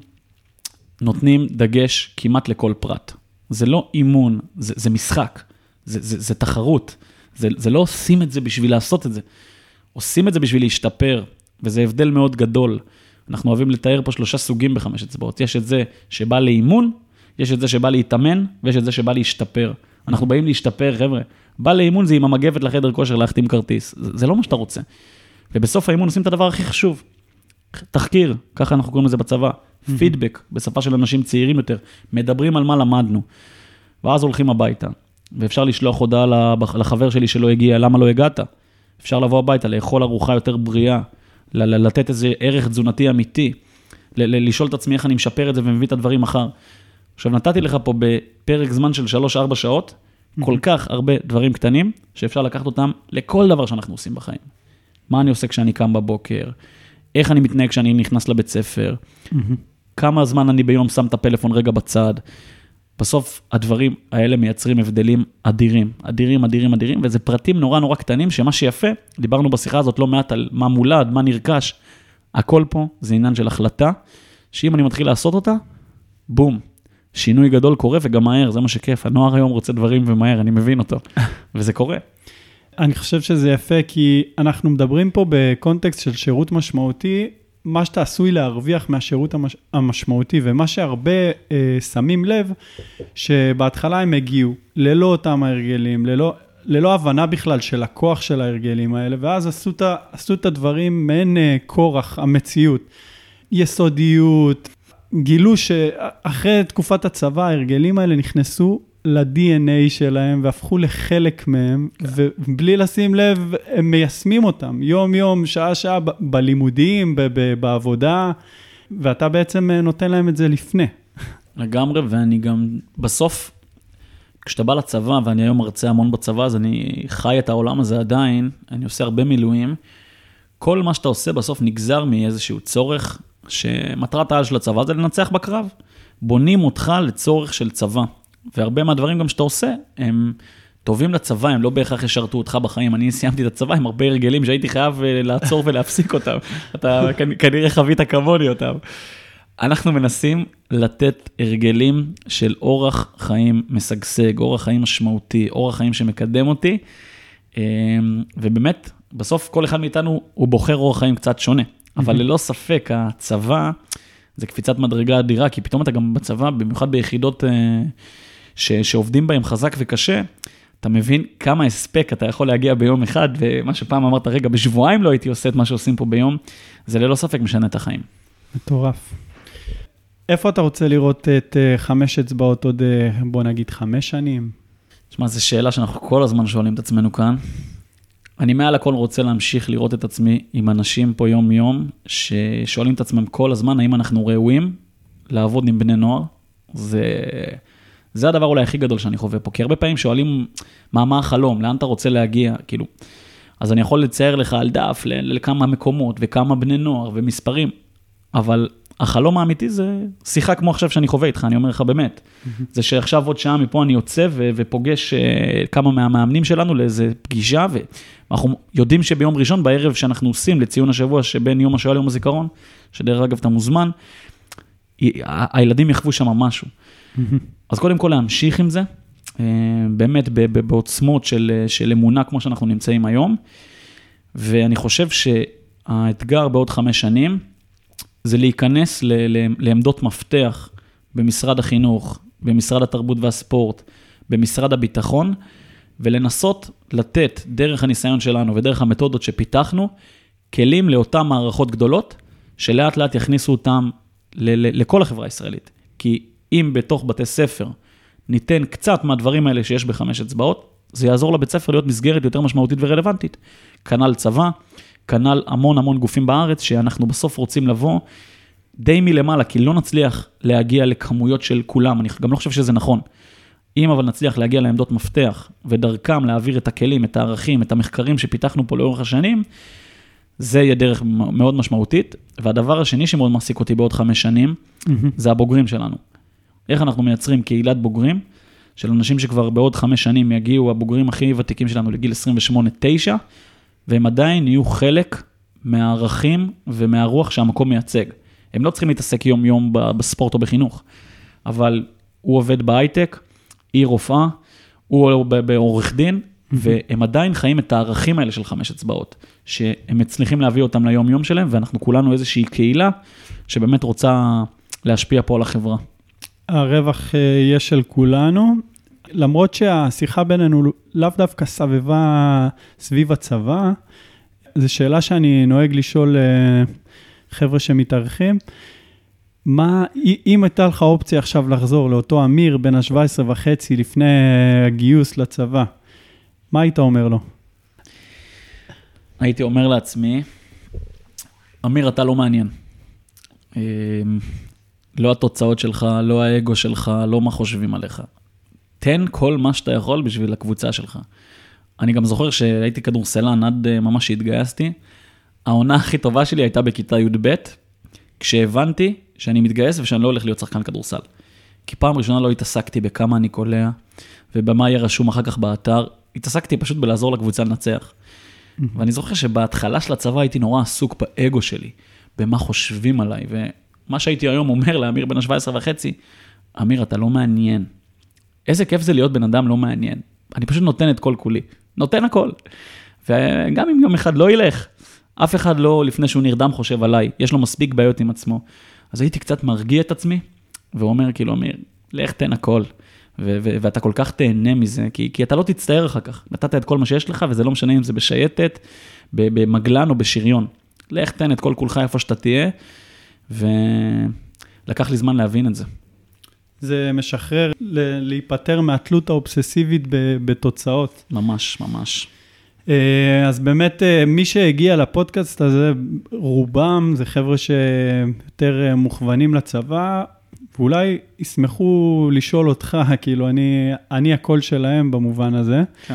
נותנים דגש כמעט לכל פרט. זה לא אימון, זה, זה משחק, זה, זה, זה תחרות. זה, זה לא עושים את זה בשביל לעשות את זה. עושים את זה בשביל להשתפר, וזה הבדל מאוד גדול. אנחנו אוהבים לתאר פה שלושה סוגים בחמש אצבעות. יש את זה שבא לאימון, יש את זה שבא להתאמן, ויש את זה שבא להשתפר. אנחנו באים להשתפר, חבר'ה. בא לאימון זה עם המגבת לחדר כושר להחתים כרטיס. זה, זה לא מה שאתה רוצה. ובסוף האימון עושים את הדבר הכי חשוב. תחקיר, ככה אנחנו קוראים לזה בצבא. פידבק, בשפה של אנשים צעירים יותר. מדברים על מה למדנו. ואז הולכים הביתה. ואפשר לשלוח הודעה לחבר שלי שלא הגיע, למה לא הגעת? אפשר לבוא הביתה, לאכול ארוחה יותר בריאה, לתת איזה ערך תזונתי אמיתי, לשאול את עצמי איך אני משפר את זה ומביא את הדברים מחר. עכשיו נתתי לך פה בפרק זמן של שלוש ארבע שעות, כל כך הרבה דברים קטנים, שאפשר לקחת אותם לכל דבר שאנחנו עושים בחיים. מה אני עושה כשאני קם בבוקר, איך אני מתנהג כשאני נכנס לבית ספר, כמה זמן אני ביום שם את הפלאפון רגע בצד, בסוף הדברים האלה מייצרים הבדלים אדירים, אדירים, אדירים, אדירים, וזה פרטים נורא נורא קטנים, שמה שיפה, דיברנו בשיחה הזאת לא מעט על מה מולד, מה נרכש, הכל פה זה עניין של החלטה, שאם אני מתחיל לעשות אותה, בום, שינוי גדול קורה וגם מהר, זה מה שכיף, הנוער היום רוצה דברים ומהר, אני מבין אותו, וזה קורה. אני חושב שזה יפה, כי אנחנו מדברים פה בקונטקסט של שירות משמעותי, מה שאתה עשוי להרוויח מהשירות המש... המשמעותי, ומה שהרבה אה, שמים לב, שבהתחלה הם הגיעו, ללא אותם ההרגלים, ללא, ללא הבנה בכלל של הכוח של ההרגלים האלה, ואז עשו את, עשו את הדברים מעין אה, כורח המציאות, יסודיות, גילו שאחרי תקופת הצבא, ההרגלים האלה נכנסו ל-די אן איי שלהם, והפכו לחלק מהם, ובלי לשים לב, הם מיישמים אותם, יום יום, שעה שעה, ב- בלימודים, ב- ב- בעבודה, ואתה בעצם נותן להם את זה לפני. לגמרי, ואני גם בסוף, כשאתה בא לצבא, ואני היום מרצה המון בצבא, אז אני חי את העולם הזה עדיין, אני עושה הרבה מילואים, כל מה שאתה עושה בסוף נגזר מאיזשהו צורך, שמטרת העל של הצבא זה לנצח בקרב. בונים אותך לצורך של צבא, והרבה מהדברים גם שאתה עושה, הם טובים לצבא, הם לא בהכרח ישרתו אותך בחיים. אני סיימתי את הצבא עם הרבה הרגלים שהייתי חייב לעצור ולהפסיק אותם. אתה כנראה חווית כמוני אותם. אנחנו מנסים לתת הרגלים של אורח חיים משגשג, אורח חיים משמעותי, אורח חיים שמקדם אותי, ובאמת, בסוף כל אחד מאיתנו הוא בוחר אורח חיים קצת שונה, אבל ללא ספק הצבא זה קפיצת מדרגה אדירה, כי פתאום אתה גם בצבא, במיוחד ביחידות ש, שעובדים בהם חזק וקשה, אתה מבין כמה הספק אתה יכול להגיע ביום אחד, ומה שפעם אמרת, רגע, בשבועיים לא הייתי עושה את מה שעושים פה ביום, זה ללא ספק משנה את החיים. מטורף. איפה אתה רוצה לראות את חמש אצבעות עוד, בוא נגיד, חמש שנים? תשמע, זו שאלה שאנחנו כל הזמן שואלים את עצמנו כאן. אני מעל הכל רוצה להמשיך לראות את עצמי עם אנשים פה יום יום, ששואלים את עצמם כל הזמן, האם אנחנו ראויים לעבוד עם בני נוער. זה, זה הדבר אולי הכי גדול שאני חווה פה, כי הרבה פעמים שואלים מה, מה החלום, לאן אתה רוצה להגיע, כאילו. אז אני יכול לצייר לך על דף לכמה מקומות וכמה בני נוער ומספרים, אבל החלום האמיתי זה שיחה כמו עכשיו שאני חווה איתך, אני אומר לך באמת. זה שעכשיו עוד שעה מפה אני יוצא ו- ופוגש כמה מהמאמנים שלנו לאיזה פגישה, ואנחנו יודעים שביום ראשון בערב שאנחנו עושים לציון השבוע שבין יום השואה ליום הזיכרון, שדרך אגב אתה מוזמן, הילדים יחוו שם משהו. אז קודם כל להמשיך עם זה, באמת בעוצמות של, של אמונה כמו שאנחנו נמצאים היום, ואני חושב שהאתגר בעוד חמש שנים, זה להיכנס ל- ל- לעמדות מפתח במשרד החינוך, במשרד התרבות והספורט, במשרד הביטחון, ולנסות לתת דרך הניסיון שלנו ודרך המתודות שפיתחנו, כלים לאותן מערכות גדולות, שלאט לאט יכניסו אותם ל- ל- לכל החברה הישראלית. כי אם בתוך בתי ספר ניתן קצת מהדברים האלה שיש בחמש אצבעות, זה יעזור לבית ספר להיות מסגרת יותר משמעותית ורלוונטית. כנ"ל צבא, כנ"ל המון המון גופים בארץ, שאנחנו בסוף רוצים לבוא די מלמעלה, כי לא נצליח להגיע לכמויות של כולם, אני גם לא חושב שזה נכון. אם אבל נצליח להגיע לעמדות מפתח, ודרכם להעביר את הכלים, את הערכים, את המחקרים שפיתחנו פה לאורך השנים, זה יהיה דרך מאוד משמעותית, והדבר השני שמאוד מעסיק אותי בעוד חמש שנים, mm-hmm. זה הבוגרים שלנו. איך אנחנו מייצרים קהילת בוגרים, של אנשים שכבר בעוד חמש שנים יגיעו, הבוגרים הכי ותיקים שלנו לגיל עשרים ושמונה תשע, והם עדיין יהיו חלק מהערכים ומהרוח שהמקום מייצג. הם לא צריכים להתעסק יום יום בספורט או בחינוך, אבל הוא עובד בהייטק, היא רופאה, הוא בעורך דין, והם עדיין חיים את הערכים האלה של חמש אצבעות, שהם מצליחים להביא אותם ליום יום שלהם, ואנחנו כולנו איזושהי קהילה שבאמת רוצה להשפיע פה על החברה. הרווח יש של כולנו, למרות שהשיחה בינינו לאו דווקא סבבה סביב הצבא, זו שאלה שאני נוהג לשאול חבר'ה שמתארחים, מה, אם הייתה לך אופציה עכשיו לחזור לאותו אמיר בן ה-שבע עשרה וחצי לפני הגיוס לצבא, מה היית אומר לו? הייתי אומר לעצמי, אמיר, אתה לא מעניין. לא התוצאות שלך, לא האגו שלך, לא מה חושבים עליך. תן כל מה שאתה יכול בשביל הקבוצה שלך. אני גם זוכר שהייתי כדורסלן עד ממש שהתגייסתי. העונה הכי טובה שלי הייתה בכיתה י' ב', כשהבנתי שאני מתגייס ושאני לא הולך להיות שחקן כדורסל. כי פעם ראשונה לא התעסקתי בכמה אני קולע, ובמה יהיה רשום אחר כך באתר. התעסקתי פשוט בלעזור לקבוצה לנצח. ואני זוכר שבהתחלה של הצבא הייתי נורא עסוק באגו שלי, במה חושבים עליי, ומה שהייתי היום אומר לאמיר בן ה-שבע עשרה וחצי, אמיר, אתה לא מעניין. איזה כיף זה להיות בן אדם לא מעניין. אני פשוט נותן את כל כולי. נותן הכל. וגם אם יום אחד לא ילך, אף אחד לא לפני שהוא נרדם חושב עליי. יש לו מספיק בעיות עם עצמו. אז הייתי קצת מרגיע את עצמי, ואומר כאילו, אמיר, לך תן הכל. ו- ו- ואתה כל כך תהנה מזה, כי, כי אתה לא תצטער אחר כך. נתת את כל מה שיש לך, וזה לא משנה אם זה בשייטת, במגלן או בשריון. לך תן את כל כולך איפה שאתה תהיה, ולקח לי זמן להבין את זה. זה משחרר להיפטר מהתלות האובססיבית בתוצאות. ממש, ממש. אז באמת, מי שהגיע לפודקאסט הזה, רובם זה חבר'ה שיותר מוכוונים לצבא, ואולי ישמחו לשאול אותך, כאילו אני, אני הקול שלהם במובן הזה. כן.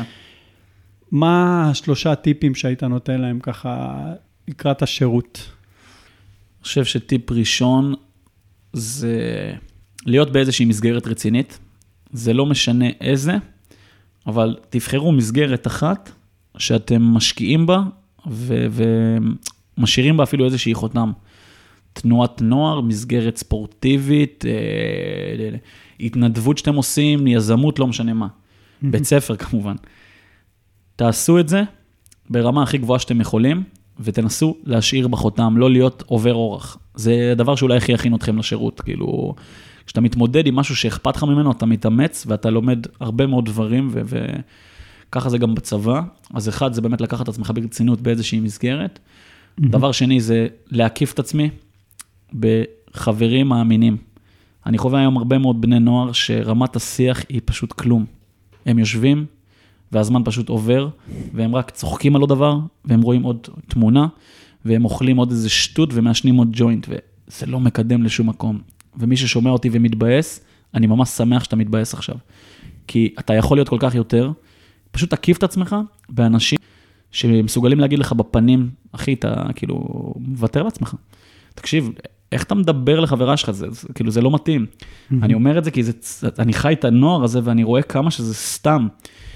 מה השלושה טיפים שהיית נותן להם ככה לקראת השירות? אני חושב שטיפ ראשון זה להיות באיזושהי מסגרת רצינית. זה לא משנה איזה, אבל תבחרו מסגרת אחת שאתם משקיעים בה ו- ומשאירים בה אפילו איזושהי חותם. תנועת נוער, מסגרת ספורטיבית, אה, התנדבות שאתם עושים, יזמות, לא משנה מה. בית ספר כמובן. תעשו את זה ברמה הכי גבוהה שאתם יכולים, ותנסו להשאיר בחותם, לא להיות עובר אורח. זה דבר שאולי הכי יכין אתכם לשירות. כאילו, כשאתה מתמודד עם משהו שאכפת לך ממנו, אתה מתאמץ, ואתה לומד הרבה מאוד דברים, ו... ו- ככה זה גם בצבא. אז אחד, זה באמת לקחת את עצמך ברצינות באיזושהי מסגרת. דבר שני, זה להקיף את עצמי בחברים מאמינים. אני חווה היום הרבה מאוד בני נוער שרמת השיח היא פשוט כלום. הם יושבים, והזמן פשוט עובר, והם רק צוחקים על עוד דבר, והם רואים עוד תמונה, והם אוכלים עוד איזה שטות, ומאשנים עוד ג'וינט, וזה לא מקדם לשום מקום. ומי ששומע אותי ומתבאס, אני ממש שמח שאתה מתבאס עכשיו. כי אתה יכול להיות כל כך יותר, פשוט תקיף את עצמך באנשים שמסוגלים להגיד לך בפנים, אחי, אתה כאילו מוותר לעצמך. תקשיב, איך אתה מדבר לחברה שלך? זה, זה, כאילו, זה לא מתאים. אני אומר את זה כי זה, אני חי את הנוער הזה, ואני רואה כמה שזה סתם.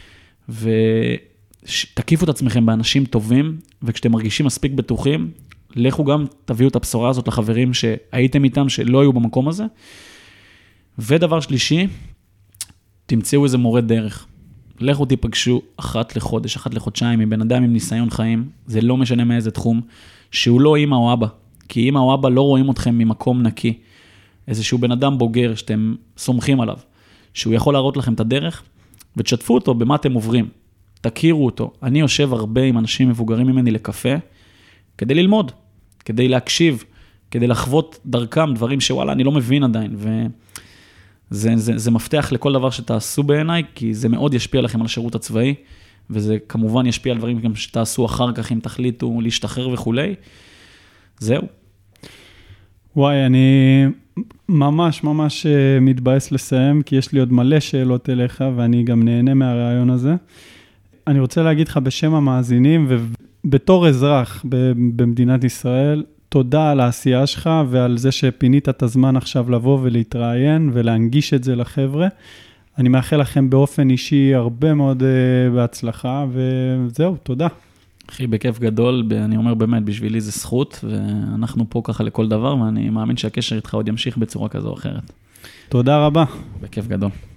ותקיפו את עצמכם באנשים טובים, וכשאתם מרגישים מספיק בטוחים, לכו גם, תביאו את הבשורה הזאת לחברים שהייתם איתם, שלא היו במקום הזה. ודבר שלישי, תמצאו איזה מורה דרך. לכו תיפגשו אחת לחודש, אחת לחודשיים, עם בן אדם עם ניסיון חיים, זה לא משנה מאיזה תחום, שהוא לא אמא או אבא, כי אמא או אבא לא רואים אתכם ממקום נקי, איזשהו בן אדם בוגר שאתם סומכים עליו, שהוא יכול להראות לכם את הדרך, ותשתפו אותו במה אתם עוברים, תכירו אותו. אני יושב הרבה עם אנשים מבוגרים ממני לקפה, כדי ללמוד, כדי להקשיב, כדי לחוות דרכם דברים שוואלה, אני לא מבין עדיין, ו... זה, זה, זה מפתח לכל דבר שתעשו בעיניי, כי זה מאוד ישפיע לכם על השירות הצבאי, וזה כמובן ישפיע על דברים גם שתעשו אחר כך, אם תחליטו להשתחרר וכו'. זהו. וואי, אני ממש ממש מתבאס לסיים, כי יש לי עוד מלא שאלות אליך, ואני גם נהנה מהרעיון הזה. אני רוצה להגיד לך בשם המאזינים, ובתור אזרח במדינת ישראל, תודה על העשייה שלך ועל זה שפינית את הזמן עכשיו לבוא ולהתראיין ולהנגיש את זה לחבר'ה. אני מאחל לכם באופן אישי הרבה מאוד uh, בהצלחה, וזהו, תודה. אחי, בכיף גדול, אני אומר באמת, בשבילי זה זכות, ואנחנו פה ככה לכל דבר, ואני מאמין שהקשר איתך עוד ימשיך בצורה כזו או אחרת. תודה רבה. בכיף גדול.